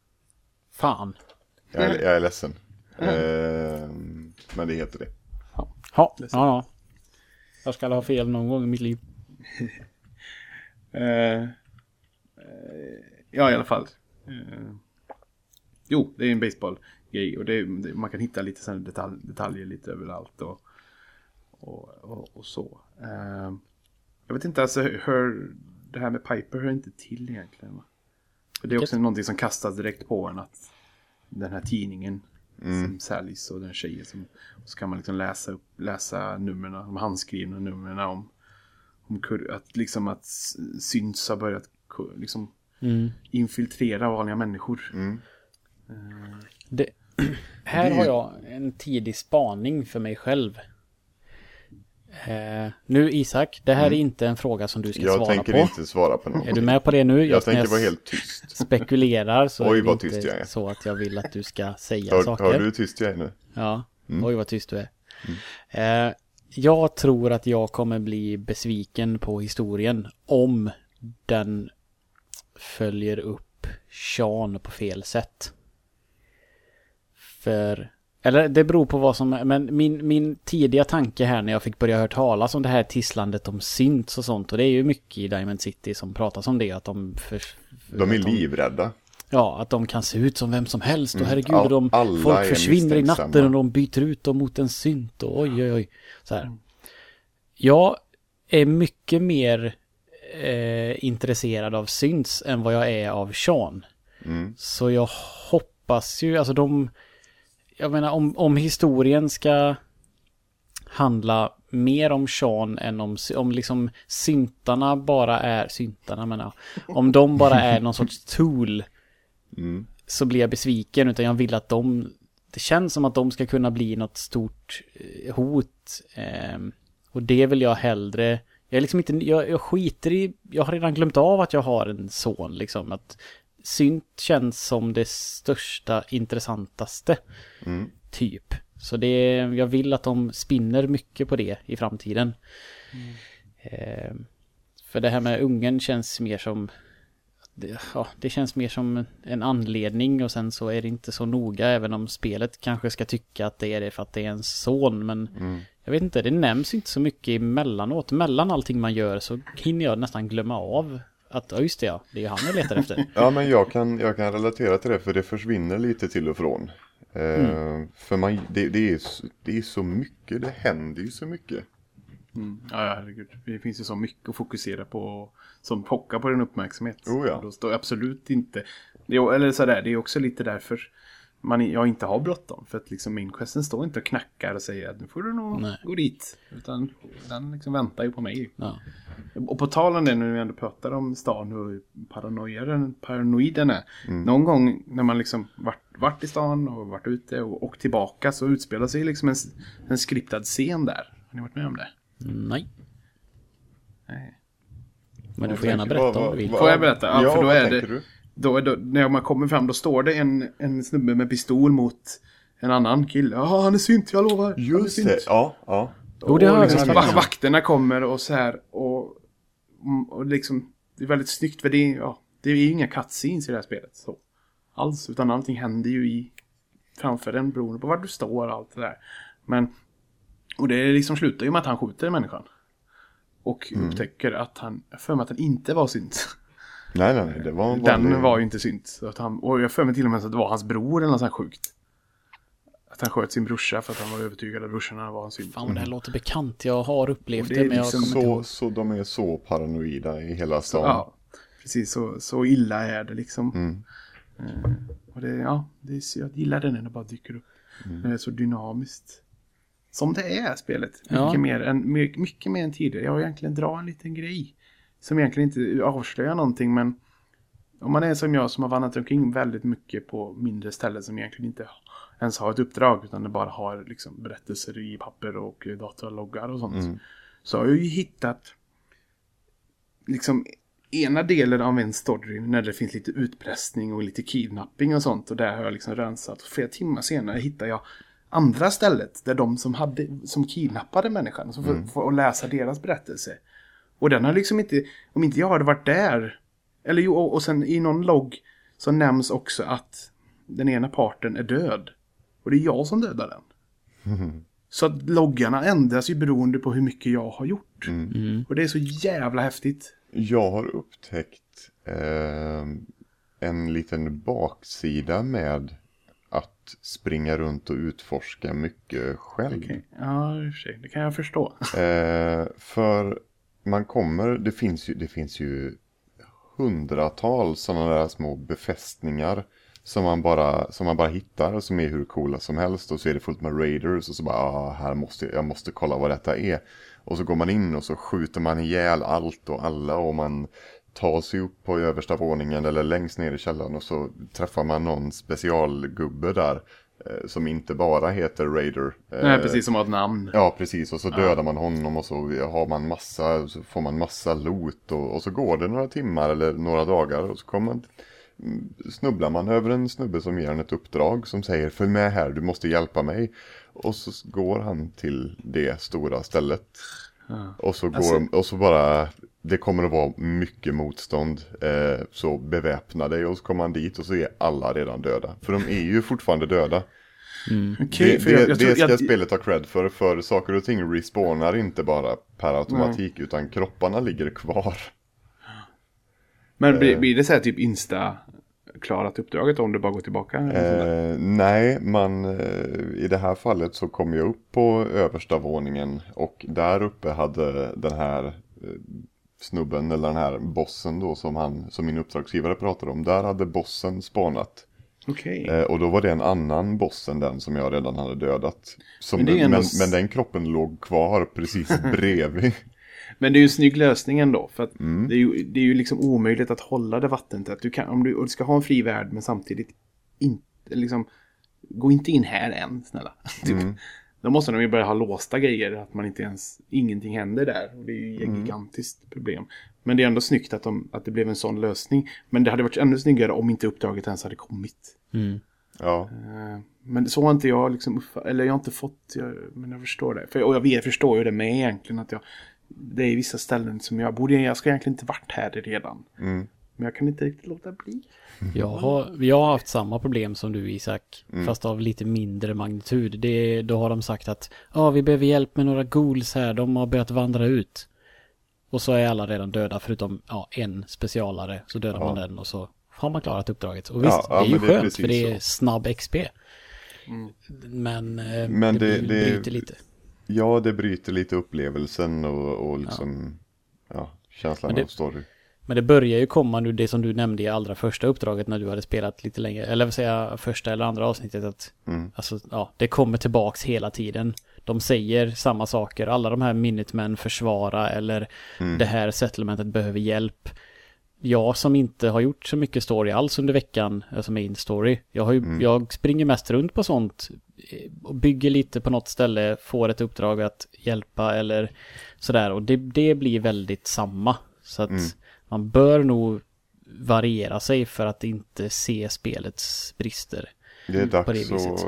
S3: Fan.
S1: Jag är, jag är ledsen. Eh, men det heter det.
S3: Ja, ja, ja. Jag ska ha fel någon gång i mitt liv.
S2: Eh, eh, ja, i alla fall. Eh, jo, det är en baseballgrej. Och det, det, man kan hitta lite sådana detalj, detaljer lite överallt. Och, och, och, och så. Eh, jag vet inte, alltså hör, det här med Piper hör inte till egentligen. Va? För det är också
S3: Vilket?
S2: någonting som kastas direkt på en. Att den här tidningen mm. som Salis och den tjejen som, och så kan man liksom läsa upp läsa numren, de handskrivna numren om, om att liksom att syns har börjat liksom mm. infiltrera vanliga människor. Mm.
S3: Uh. Det, här det... har jag en tidig spaning för mig själv. Uh, nu Isak, det här mm. är inte en fråga som du ska
S1: jag
S3: svara på.
S1: Jag tänker inte svara på något.
S3: Är du med på det nu?
S1: Jag, jag tänker
S3: jag
S1: vara helt tyst.
S3: Spekulerar så
S1: Oj,
S3: är det
S1: vad
S3: inte
S1: tyst jag är.
S3: Så att jag vill att du ska säga
S1: hör,
S3: saker.
S1: Hör du hur tyst jag är nu?
S3: Ja, mm. Oj vad tyst du är.
S1: Mm.
S3: Uh, jag tror att jag kommer bli besviken på historien om den följer upp Sean på fel sätt. För, eller det beror på vad som, men min, min tidiga tanke här när jag fick börja höra talas om det här tisslandet om synts och sånt, och det är ju mycket i Diamond City som pratas om det, att de för, för,
S1: de är
S3: att
S1: livrädda.
S3: De, ja, att de kan se ut som vem som helst och herregud,
S1: All,
S3: de, folk försvinner i natten och de byter ut dem mot en synt och oj oj oj så här. Jag är mycket mer eh, intresserad av synts än vad jag är av Sean.
S1: Mm.
S3: Så jag hoppas ju, alltså de, jag menar om, om historien ska handla mer om Sean än om, om liksom syntarna bara är, syntarna menar jag, om de bara är någon sorts tool
S1: mm. så
S3: blir jag besviken, utan jag vill att de, det känns som att de ska kunna bli något stort eh, hot eh, och det vill jag hellre. Jag är liksom inte, jag, jag skiter i, jag har redan glömt av att jag har en son liksom, att synt känns som det största, intressantaste
S1: mm.
S3: typ. Så det, jag vill att de spinner mycket på det i framtiden. Mm. Eh, för det här med ungen känns mer som, det, ja, det känns mer som en anledning, och sen så är det inte så noga, även om spelet kanske ska tycka att det är det för att det är en son, men
S1: mm.
S3: jag vet inte, det nämns inte så mycket emellanåt. Mellan allting man gör så hinner jag nästan glömma av att, ja just det, ja, det är ju han jag letar efter.
S1: Ja, men jag kan, jag kan relatera till det, för det försvinner lite till och från. Eh, mm. För man, det, det, är, det är så mycket, det händer ju så mycket.
S2: Mm. Ja, ja, herregud. Det finns ju så mycket att fokusera på som pockar på din uppmärksamhet.
S1: Oh, ja.
S2: Och då står absolut inte, det är, eller sådär, det är också lite därför man, jag inte har bråttom, för att liksom min questen står inte och knackar och säger att nu får du nog Nej. gå dit, utan den liksom väntar ju på mig.
S3: Ja.
S2: Och på tal om det, nu när vi ändå pratar om stan och paranoiden, paranoiden är,
S1: mm.
S2: någon gång när man liksom varit, varit i stan och varit ute och åkt tillbaka, så utspelar sig liksom en, en skriptad scen där. Har ni varit med om det?
S3: Nej.
S2: Nej.
S3: Men du får gärna berätta om du vill.
S2: Får jag berätta? Ja,
S1: ja
S2: för då är det
S1: du?
S2: Då, då, när man kommer fram, då står det en, en snubbe med pistol mot en annan kille. Ja, han är synt, jag lovar.
S1: Just det, ja, ja.
S3: Och, det
S2: och liksom, vak- vakterna kommer och så här, och, och liksom, det är väldigt snyggt, för det är, ja, det är ju inga cutscenes i det här spelet så alls, utan allting händer ju i framför den, beroende på var du står och allt det där. Men, och det liksom slutar ju med att han skjuter människan och mm. upptäcker att han, för mig att han inte var synt.
S1: Nej, nej, nej, det var en
S2: Den
S1: vanlig...
S2: var ju inte synt. Så att han, och jag för mig till och med att det var hans bror eller något sånt sjukt. Att han sköt sin brorsa för att han var övertygad att brorsan var en synt.
S3: Fan, det här låter bekant. Jag har upplevt det,
S2: det,
S3: men
S2: liksom
S3: jag
S1: så, så de är så paranoida i hela stan.
S2: Ja, precis. Så, så illa är det liksom.
S1: Mm.
S2: Uh, och det, ja, det är, jag gillar den när det bara dyker upp. Mm. Det är så dynamiskt. Som det är spelet. Mycket,
S3: ja.
S2: mer, än, mycket, mycket mer än tidigare. Jag har egentligen dra en liten grej. Som egentligen inte avslöjar någonting, men om man är som jag som har vandrat omkring väldigt mycket på mindre ställen som egentligen inte ens har ett uppdrag, utan det bara har liksom berättelser i papper och dataloggar och sånt.
S1: Mm.
S2: Så har jag ju hittat liksom ena delen av en story när det finns lite utpressning och lite kidnapping och sånt, och där har jag liksom rensat. Flera timmar senare hittar jag andra stället där de som, hade, som kidnappade människan, så får,
S1: mm.
S2: får läsa deras berättelse. Och den har liksom inte, om inte jag hade varit där, eller jo, och sen i någon logg så nämns också att den ena parten är död. Och det är jag som dödar den.
S1: Mm.
S2: Så att loggarna ändras ju beroende på hur mycket jag har gjort.
S1: Mm.
S3: Mm.
S2: Och det är så jävla häftigt.
S1: Jag har upptäckt eh, en liten baksida med att springa runt och utforska mycket själv.
S2: Okay. Ja, i och för sig. Det kan jag förstå.
S1: Eh, för man kommer, det finns ju, det finns ju hundratals sådana där små befästningar som man bara, som man bara hittar, som är hur coola som helst. Och så är det fullt med raiders och så bara, ah, här måste jag, jag måste kolla vad detta är. Och så går man in och så skjuter man ihjäl allt och alla och man tar sig upp på översta våningen eller längst ner i källaren och så träffar man någon specialgubbe där eh, som inte bara heter Raider. Eh,
S2: Nej, precis, som har ett namn.
S1: Ja, precis. Och så dödar
S2: ja.
S1: man honom och så har man massa, så får man massa loot och, och så går det några timmar eller några dagar och så kommer man, snubblar man över en snubbe som ger en ett uppdrag som säger följ med här, du måste hjälpa mig. Och så går han till det stora stället. Ja. Och så går alltså... och så bara det kommer att vara mycket motstånd, eh, så beväpna dig och så kommer man dit och så är alla redan döda. För de är ju fortfarande döda.
S2: Mm. Okay,
S1: det, det, jag, jag det ska jag... spelet ha cred för, för saker och ting respawnar inte bara per automatik mm. utan kropparna ligger kvar.
S2: Men blir, blir det så här typ insta klarat uppdraget om du bara går tillbaka?
S1: Eh, nej, man eh, i det här fallet så kom jag upp på översta våningen och där uppe hade den här eh, snubben eller den här bossen då som han som min uppdragsgivare pratade om, där hade bossen spanat.
S2: Okej.
S1: Eh, och då var det en annan boss än den som jag redan hade dödat. Som, men, men, s- men den kroppen låg kvar precis bredvid.
S2: Men det är ju en snygg lösning ändå. För att mm. det, är ju, det är ju liksom omöjligt att hålla det vattentätt. Du kan, om du, och du ska ha en fri värld men samtidigt inte liksom, gå inte in här än, snälla. typ. Mm. Då måste de ju börja ha låsta grejer. Att man inte ens, ingenting händer där. Och det är ju ett mm. gigantiskt problem. Men det är ändå snyggt att, de, att det blev en sån lösning. Men det hade varit ännu snyggare om inte uppdraget ens hade kommit.
S3: Mm.
S1: Ja.
S2: Men så har inte jag liksom, eller jag har inte fått, jag, men jag förstår det. För, och jag, vet, jag förstår ju det med egentligen att jag, det är vissa ställen som jag borde, jag ska egentligen inte varit här redan.
S1: Mm.
S2: Men jag kan inte riktigt låta bli.
S3: Jag har, jag har haft samma problem som du, Isak.
S1: Mm.
S3: Fast av lite mindre magnitud. Det, då har de sagt att ja, vi behöver hjälp med några ghouls här. De har börjat vandra ut. Och så är alla redan döda förutom ja, en specialare. Så dödar ja. man den och så har man klarat uppdraget. Och visst,
S1: ja, ja,
S3: det är ju
S1: det
S3: skönt
S1: är
S3: för det är
S1: så.
S3: snabb X P.
S2: Mm.
S3: Men, eh,
S1: Men det,
S3: det,
S1: det
S3: bryter lite.
S1: Ja, det bryter lite upplevelsen och, och liksom, ja, ja känslan
S3: det,
S1: av story.
S3: Men det börjar ju komma nu, det som du nämnde i allra första uppdraget när du hade spelat lite längre. Eller vad säga, första eller andra avsnittet. Att,
S1: mm.
S3: alltså, ja, det kommer tillbaks hela tiden. De säger samma saker. Alla de här Minutemen försvara eller mm. det här settlementet behöver hjälp. Jag som inte har gjort så mycket story alls under veckan, alltså main story. Jag, har ju, mm. jag springer mest runt på sånt och bygger lite på något ställe, får ett uppdrag att hjälpa eller sådär. Och det, det blir väldigt samma. Så att mm. man bör nog variera sig för att inte se spelets brister.
S1: Det är dags, det att,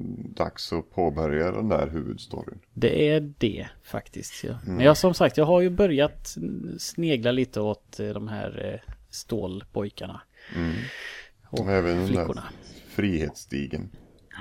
S1: dags att påbörja den där huvudstoryn.
S3: Det är det faktiskt. Ja.
S1: Mm.
S3: Men jag som sagt, jag har ju börjat snegla lite åt de här stålpojkarna.
S1: Mm.
S3: Och,
S1: och även
S3: flickorna.
S1: Den frihetsstigen.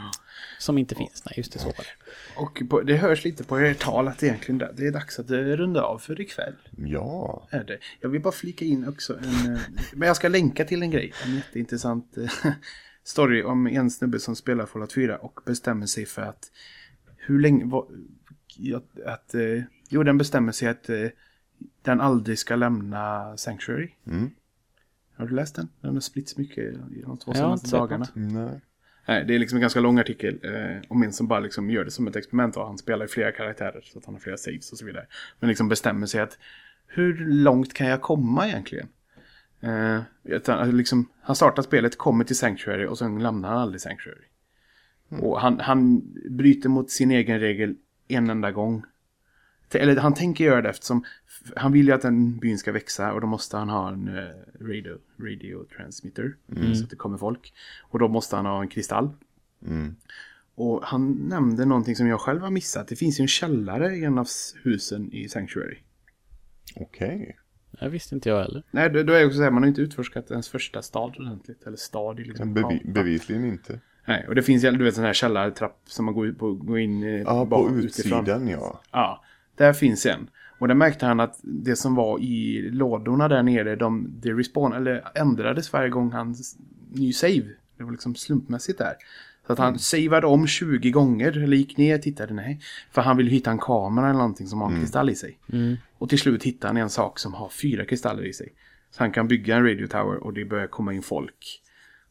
S3: Som inte finns, nej just det så.
S2: Och på, det hörs lite på er tal att egentligen det är dags att runda av för ikväll.
S1: Ja.
S2: Är det. Jag vill bara flika in också en, men jag ska länka till en grej. En jätteintressant story om en snubbe som spelar Fallout fyra och bestämmer sig för att hur länge vad, att, att eh, jo den bestämmer sig att eh, den aldrig ska lämna Sanctuary.
S1: Mm.
S2: Har du läst den? Den har splitts mycket i de två senaste dagarna.
S1: Nej.
S2: Nej, det är liksom en ganska lång artikel eh, om en som bara liksom gör det som ett experiment och han spelar i flera karaktärer så att han har flera saves och så vidare. Men liksom bestämmer sig att hur långt kan jag komma egentligen? Eh, utan, liksom, han startar spelet, kommer till Sanctuary och sen lämnar han aldrig Sanctuary. Mm. Och han, han bryter mot sin egen regel en enda gång. Eller han tänker göra det eftersom han vill ju att den byn ska växa och då måste han ha en uh, radio, radio transmitter mm. så att det kommer folk. Och då måste han ha en kristall.
S1: Mm.
S2: Och han nämnde någonting som jag själv har missat. Det finns ju en källare i en av husen i Sanctuary.
S1: Okej. Okay.
S3: Det visste inte jag heller.
S2: Nej, då, då är det också så här, man har inte utforskat ens första stad ordentligt. Eller stad i liksom.
S1: Bevi- bevisligen inte.
S2: Nej, och det finns ju, du vet, sån här källartrapp som man går, på, går in i.
S1: Ja, på utsidan, utifrån. ja.
S2: Ja, där finns en. Och där märkte han att det som var i lådorna där nere, de, de respawn, eller ändrades varje gång han ny save. Det var liksom slumpmässigt där. Så att han mm. savade om tjugo gånger, eller gick ner och tittade, nej. För han ville hitta en kamera eller någonting som har en mm. kristall i sig.
S3: Mm.
S2: Och till slut hittade han en sak som har fyra kristaller i sig. Så han kan bygga en radio tower och det börjar komma in folk.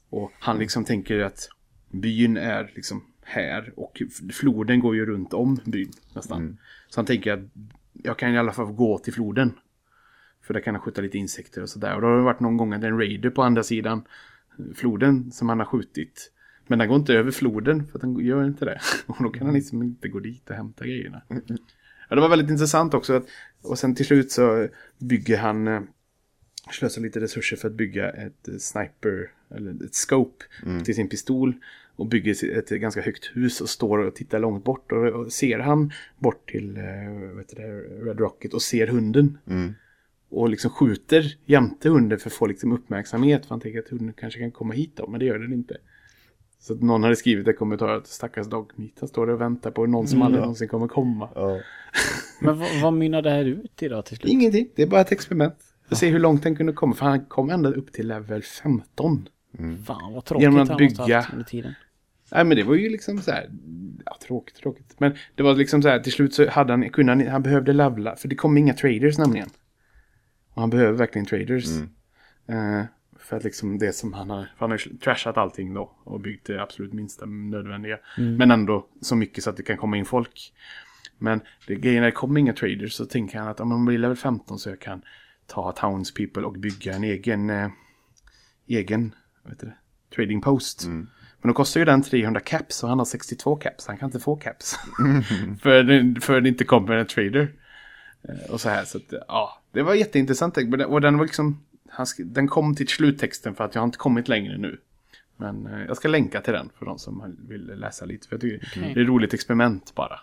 S2: Och han liksom tänker att byn är liksom här och floden går ju runt om byn nästan. Mm. Så han tänker att jag kan i alla fall gå till floden. För där kan han skjuta lite insekter och sådär. Och då har det varit någon gång att det är en raider på andra sidan floden som han har skjutit. Men den går inte över floden för att den gör inte det. Och då kan han liksom inte gå dit och hämta grejerna. Ja, det var väldigt intressant också. Att, och sen till slut så bygger han, eh, slösar lite resurser för att bygga ett eh, sniper, eller ett scope mm. till sin pistol. Och bygger ett, ett ganska högt hus och står och tittar långt bort. Och, och ser han bort till eh, vet du, Red Rocket och ser hunden. Mm. Och liksom skjuter jämte hunden för att få liksom uppmärksamhet. För han tänker att hunden kanske kan komma hit då, men det gör den inte. Så att någon hade skrivit i kommentarer att stackars Dogmeat, han står och väntar på någon som mm, aldrig ja. någonsin kommer komma. Ja.
S3: Men vad, vad mynnar det här ut i då till slut?
S2: Ingenting, det är bara ett experiment. För att se hur långt den kunde komma. För han kom ända upp till level femton.
S3: Mm. Fan vad tråkigt.
S2: Genom att bygga...
S3: under tiden.
S2: Nej men det var ju liksom så här, ja tråkigt, tråkigt. Men det var liksom så här, till slut så hade han, kunde han, han behövde levla. För det kom inga traders nämligen. Och han behöver verkligen traders. Mm. Uh, för att liksom det som han har, för han har trashat allting då. Och byggt det absolut minsta nödvändiga. Mm. Men ändå så mycket så att det kan komma in folk. Men det, grejen när det kommer inga traders så tänker han att om man blir level femton så jag kan ta townspeople och bygga en egen, eh, egen vet du, trading post. Mm. Men då kostar ju den trehundra caps och han har sextiotvå caps. Han kan inte få caps. Mm. för, det, för det inte kommer en trader. Eh, och så här. Så att, ja, det var jätteintressant. Och den var liksom, han sk- den kom till sluttexten för att jag har inte kommit längre nu. Men eh, jag ska länka till den för de som vill läsa lite. För jag tycker okay. det är ett roligt experiment bara.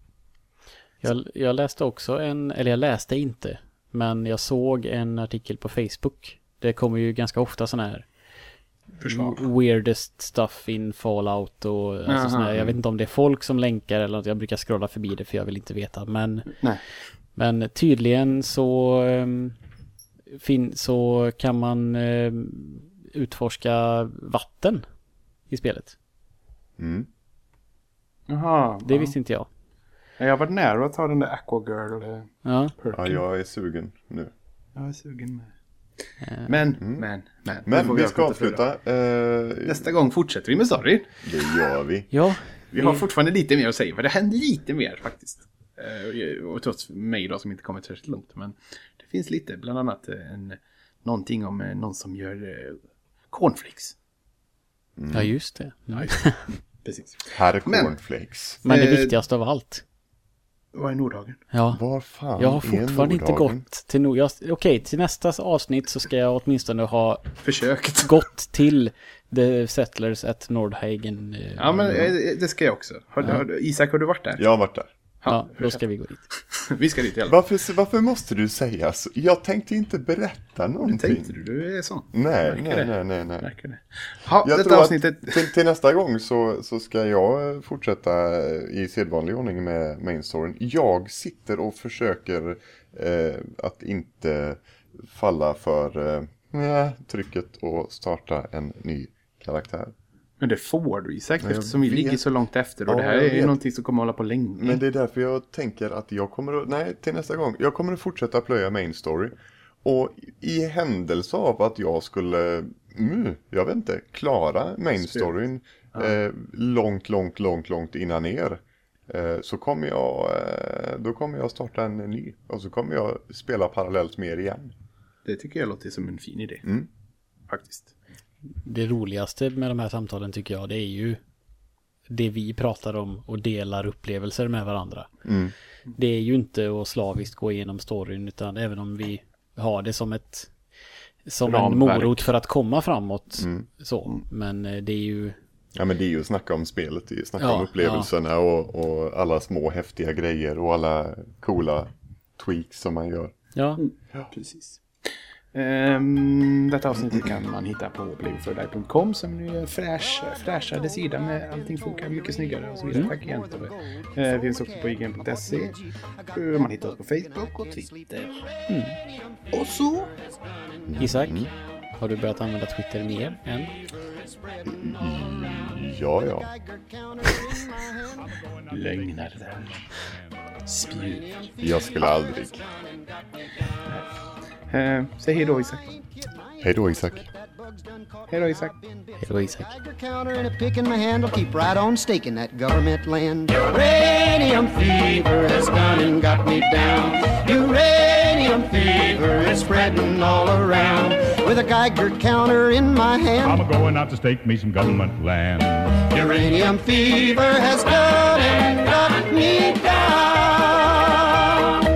S3: Jag, jag läste också en, eller jag läste inte, men jag såg en artikel på Facebook. Det kommer ju ganska ofta sån här Förslag. weirdest stuff in Fallout och alltså sån här, jag vet inte om det är folk som länkar eller något, jag brukar scrolla förbi det för jag vill inte veta, men Nej. men tydligen så um, fin, så kan man um, utforska vatten i spelet.
S1: Mm.
S2: Jaha.
S3: Det ja. visste inte jag.
S2: Jag har varit nära att ta den där Aqua Girl.
S3: Ja.
S1: ja, jag är sugen nu.
S2: Jag är sugen med. Men, mm. men, men.
S1: Men vi ska avsluta. Uh,
S2: Nästa gång fortsätter vi med story.
S1: Det gör vi.
S3: Ja.
S2: Vi har fortfarande lite mer att säga. För det händer lite mer faktiskt. Uh, och trots mig då som inte kommit särskilt långt. Men det finns lite. Bland annat en, någonting om uh, någon som gör uh, cornflakes.
S3: Mm. Ja, just det.
S2: Ja, just det. Precis.
S1: Här cornflakes.
S3: Men, men det viktigaste av allt.
S2: Vad är Nordhagen?
S3: Ja.
S1: Var fan
S3: jag har fortfarande inte gått till Nordhagen. Okej, okay, till nästa avsnitt så ska jag åtminstone ha
S2: försökt
S3: gått till The Settlers at Nordhagen.
S2: Ja, men det ska jag också. Har, ja. har, Isak, har du varit där?
S1: Jag har varit där.
S3: Ja, då ska vi gå dit.
S2: Vi ska dit i alla
S1: fall. Varför, varför måste du säga så? Jag tänkte inte berätta någonting.
S2: Det tänkte du, du är sån.
S1: Nej, nej, nej, nej, nej.
S2: Märker det. Ha,
S1: jag
S2: detta
S1: tror
S2: avsnittet...
S1: att till, till nästa gång så, så ska jag fortsätta i sedvanlig ordning med main storyn. Jag sitter och försöker eh, att inte falla för eh, nej, trycket och starta en ny karaktär.
S2: Men det får du säkert eftersom vi ligger så långt efter och ja, det här är ju någonting som kommer att hålla på länge.
S1: Men det är därför jag tänker att jag kommer att, nej till nästa gång, jag kommer att fortsätta plöja main story. Och i händelse av att jag skulle, mm, jag vet inte, klara main storyn ja. eh, långt, långt, långt, långt innan er. Eh, så kommer jag, eh, då kommer jag starta en ny. Och så kommer jag spela parallellt med er igen.
S2: Det tycker jag låter som en fin idé.
S1: Mm.
S2: Faktiskt.
S3: Det roligaste med de här samtalen tycker jag, det är ju det vi pratar om och delar upplevelser med varandra.
S1: Mm.
S3: Det är ju inte att slaviskt gå igenom storyn, utan även om vi har det som ett som Ramverk. En morot för att komma framåt mm. så, men det är ju
S1: ja, men det är ju att snacka om spelet, det är snacka
S3: ja,
S1: om upplevelserna ja. och, och alla små häftiga grejer och alla coola tweaks som man gör.
S3: Ja,
S2: mm. ja. Precis. Um, detta avsnittet kan man hitta på playfordy punkt com som är en fräsch, fräschare sida med allting funkar mycket snyggare och så vidare. Mm. Tack igen för det. Uh, finns också på i g n punkt se. Uh, man hittar oss på Facebook och Twitter.
S3: Mm.
S2: Och så
S3: Isak, mm. har du börjat använda Twitter mer än?
S1: Mm, ja, ja.
S2: Lögnare. Spjut.
S1: Jag skulle aldrig.
S2: Uh, säg hej då, Isak.
S1: Hej då, Isak.
S2: Hej då, Isak.
S3: Hej då, Isak.
S4: Counter and a pick in my hand, I'll keep right on staking that government land. Uranium fever has gone and got me down. Uranium fever is spreading all around. With a Geiger counter in my hand,
S5: I'm going out to stake me some government land.
S4: uranium fever has gone and got me down.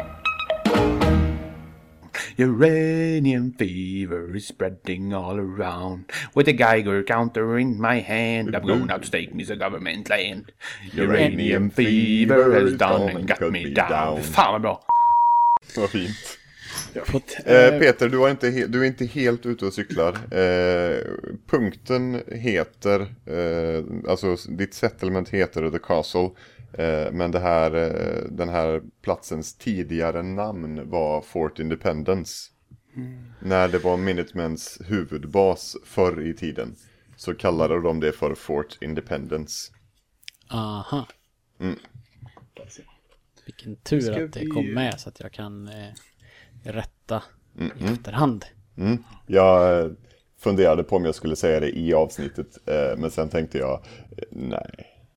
S2: Uranium fever is spreading all around. With a Geiger counter in my hand, I'm going out to stake me some government land. Uranium fever has done and got me down. Fan vad bra.
S1: Vad fint.
S3: Fått,
S1: Eh, Peter, du, har inte he- du är inte helt ute och cyklar. Eh, punkten heter, eh, alltså ditt settlement heter The Castle. Eh, men det här, eh, den här platsens tidigare namn var Fort Independence. Mm. När det var Minutemens huvudbas förr i tiden så kallade de det för Fort Independence.
S3: Aha.
S1: Mm.
S3: Vilken tur
S2: Ska
S3: att det
S2: vi-
S3: kom med så att jag kan eh, rätta
S1: Mm,
S3: i
S1: mm.
S3: efterhand.
S1: Mm. Jag eh, funderade på om jag skulle säga det i avsnittet, eh, men sen tänkte jag, eh, nej.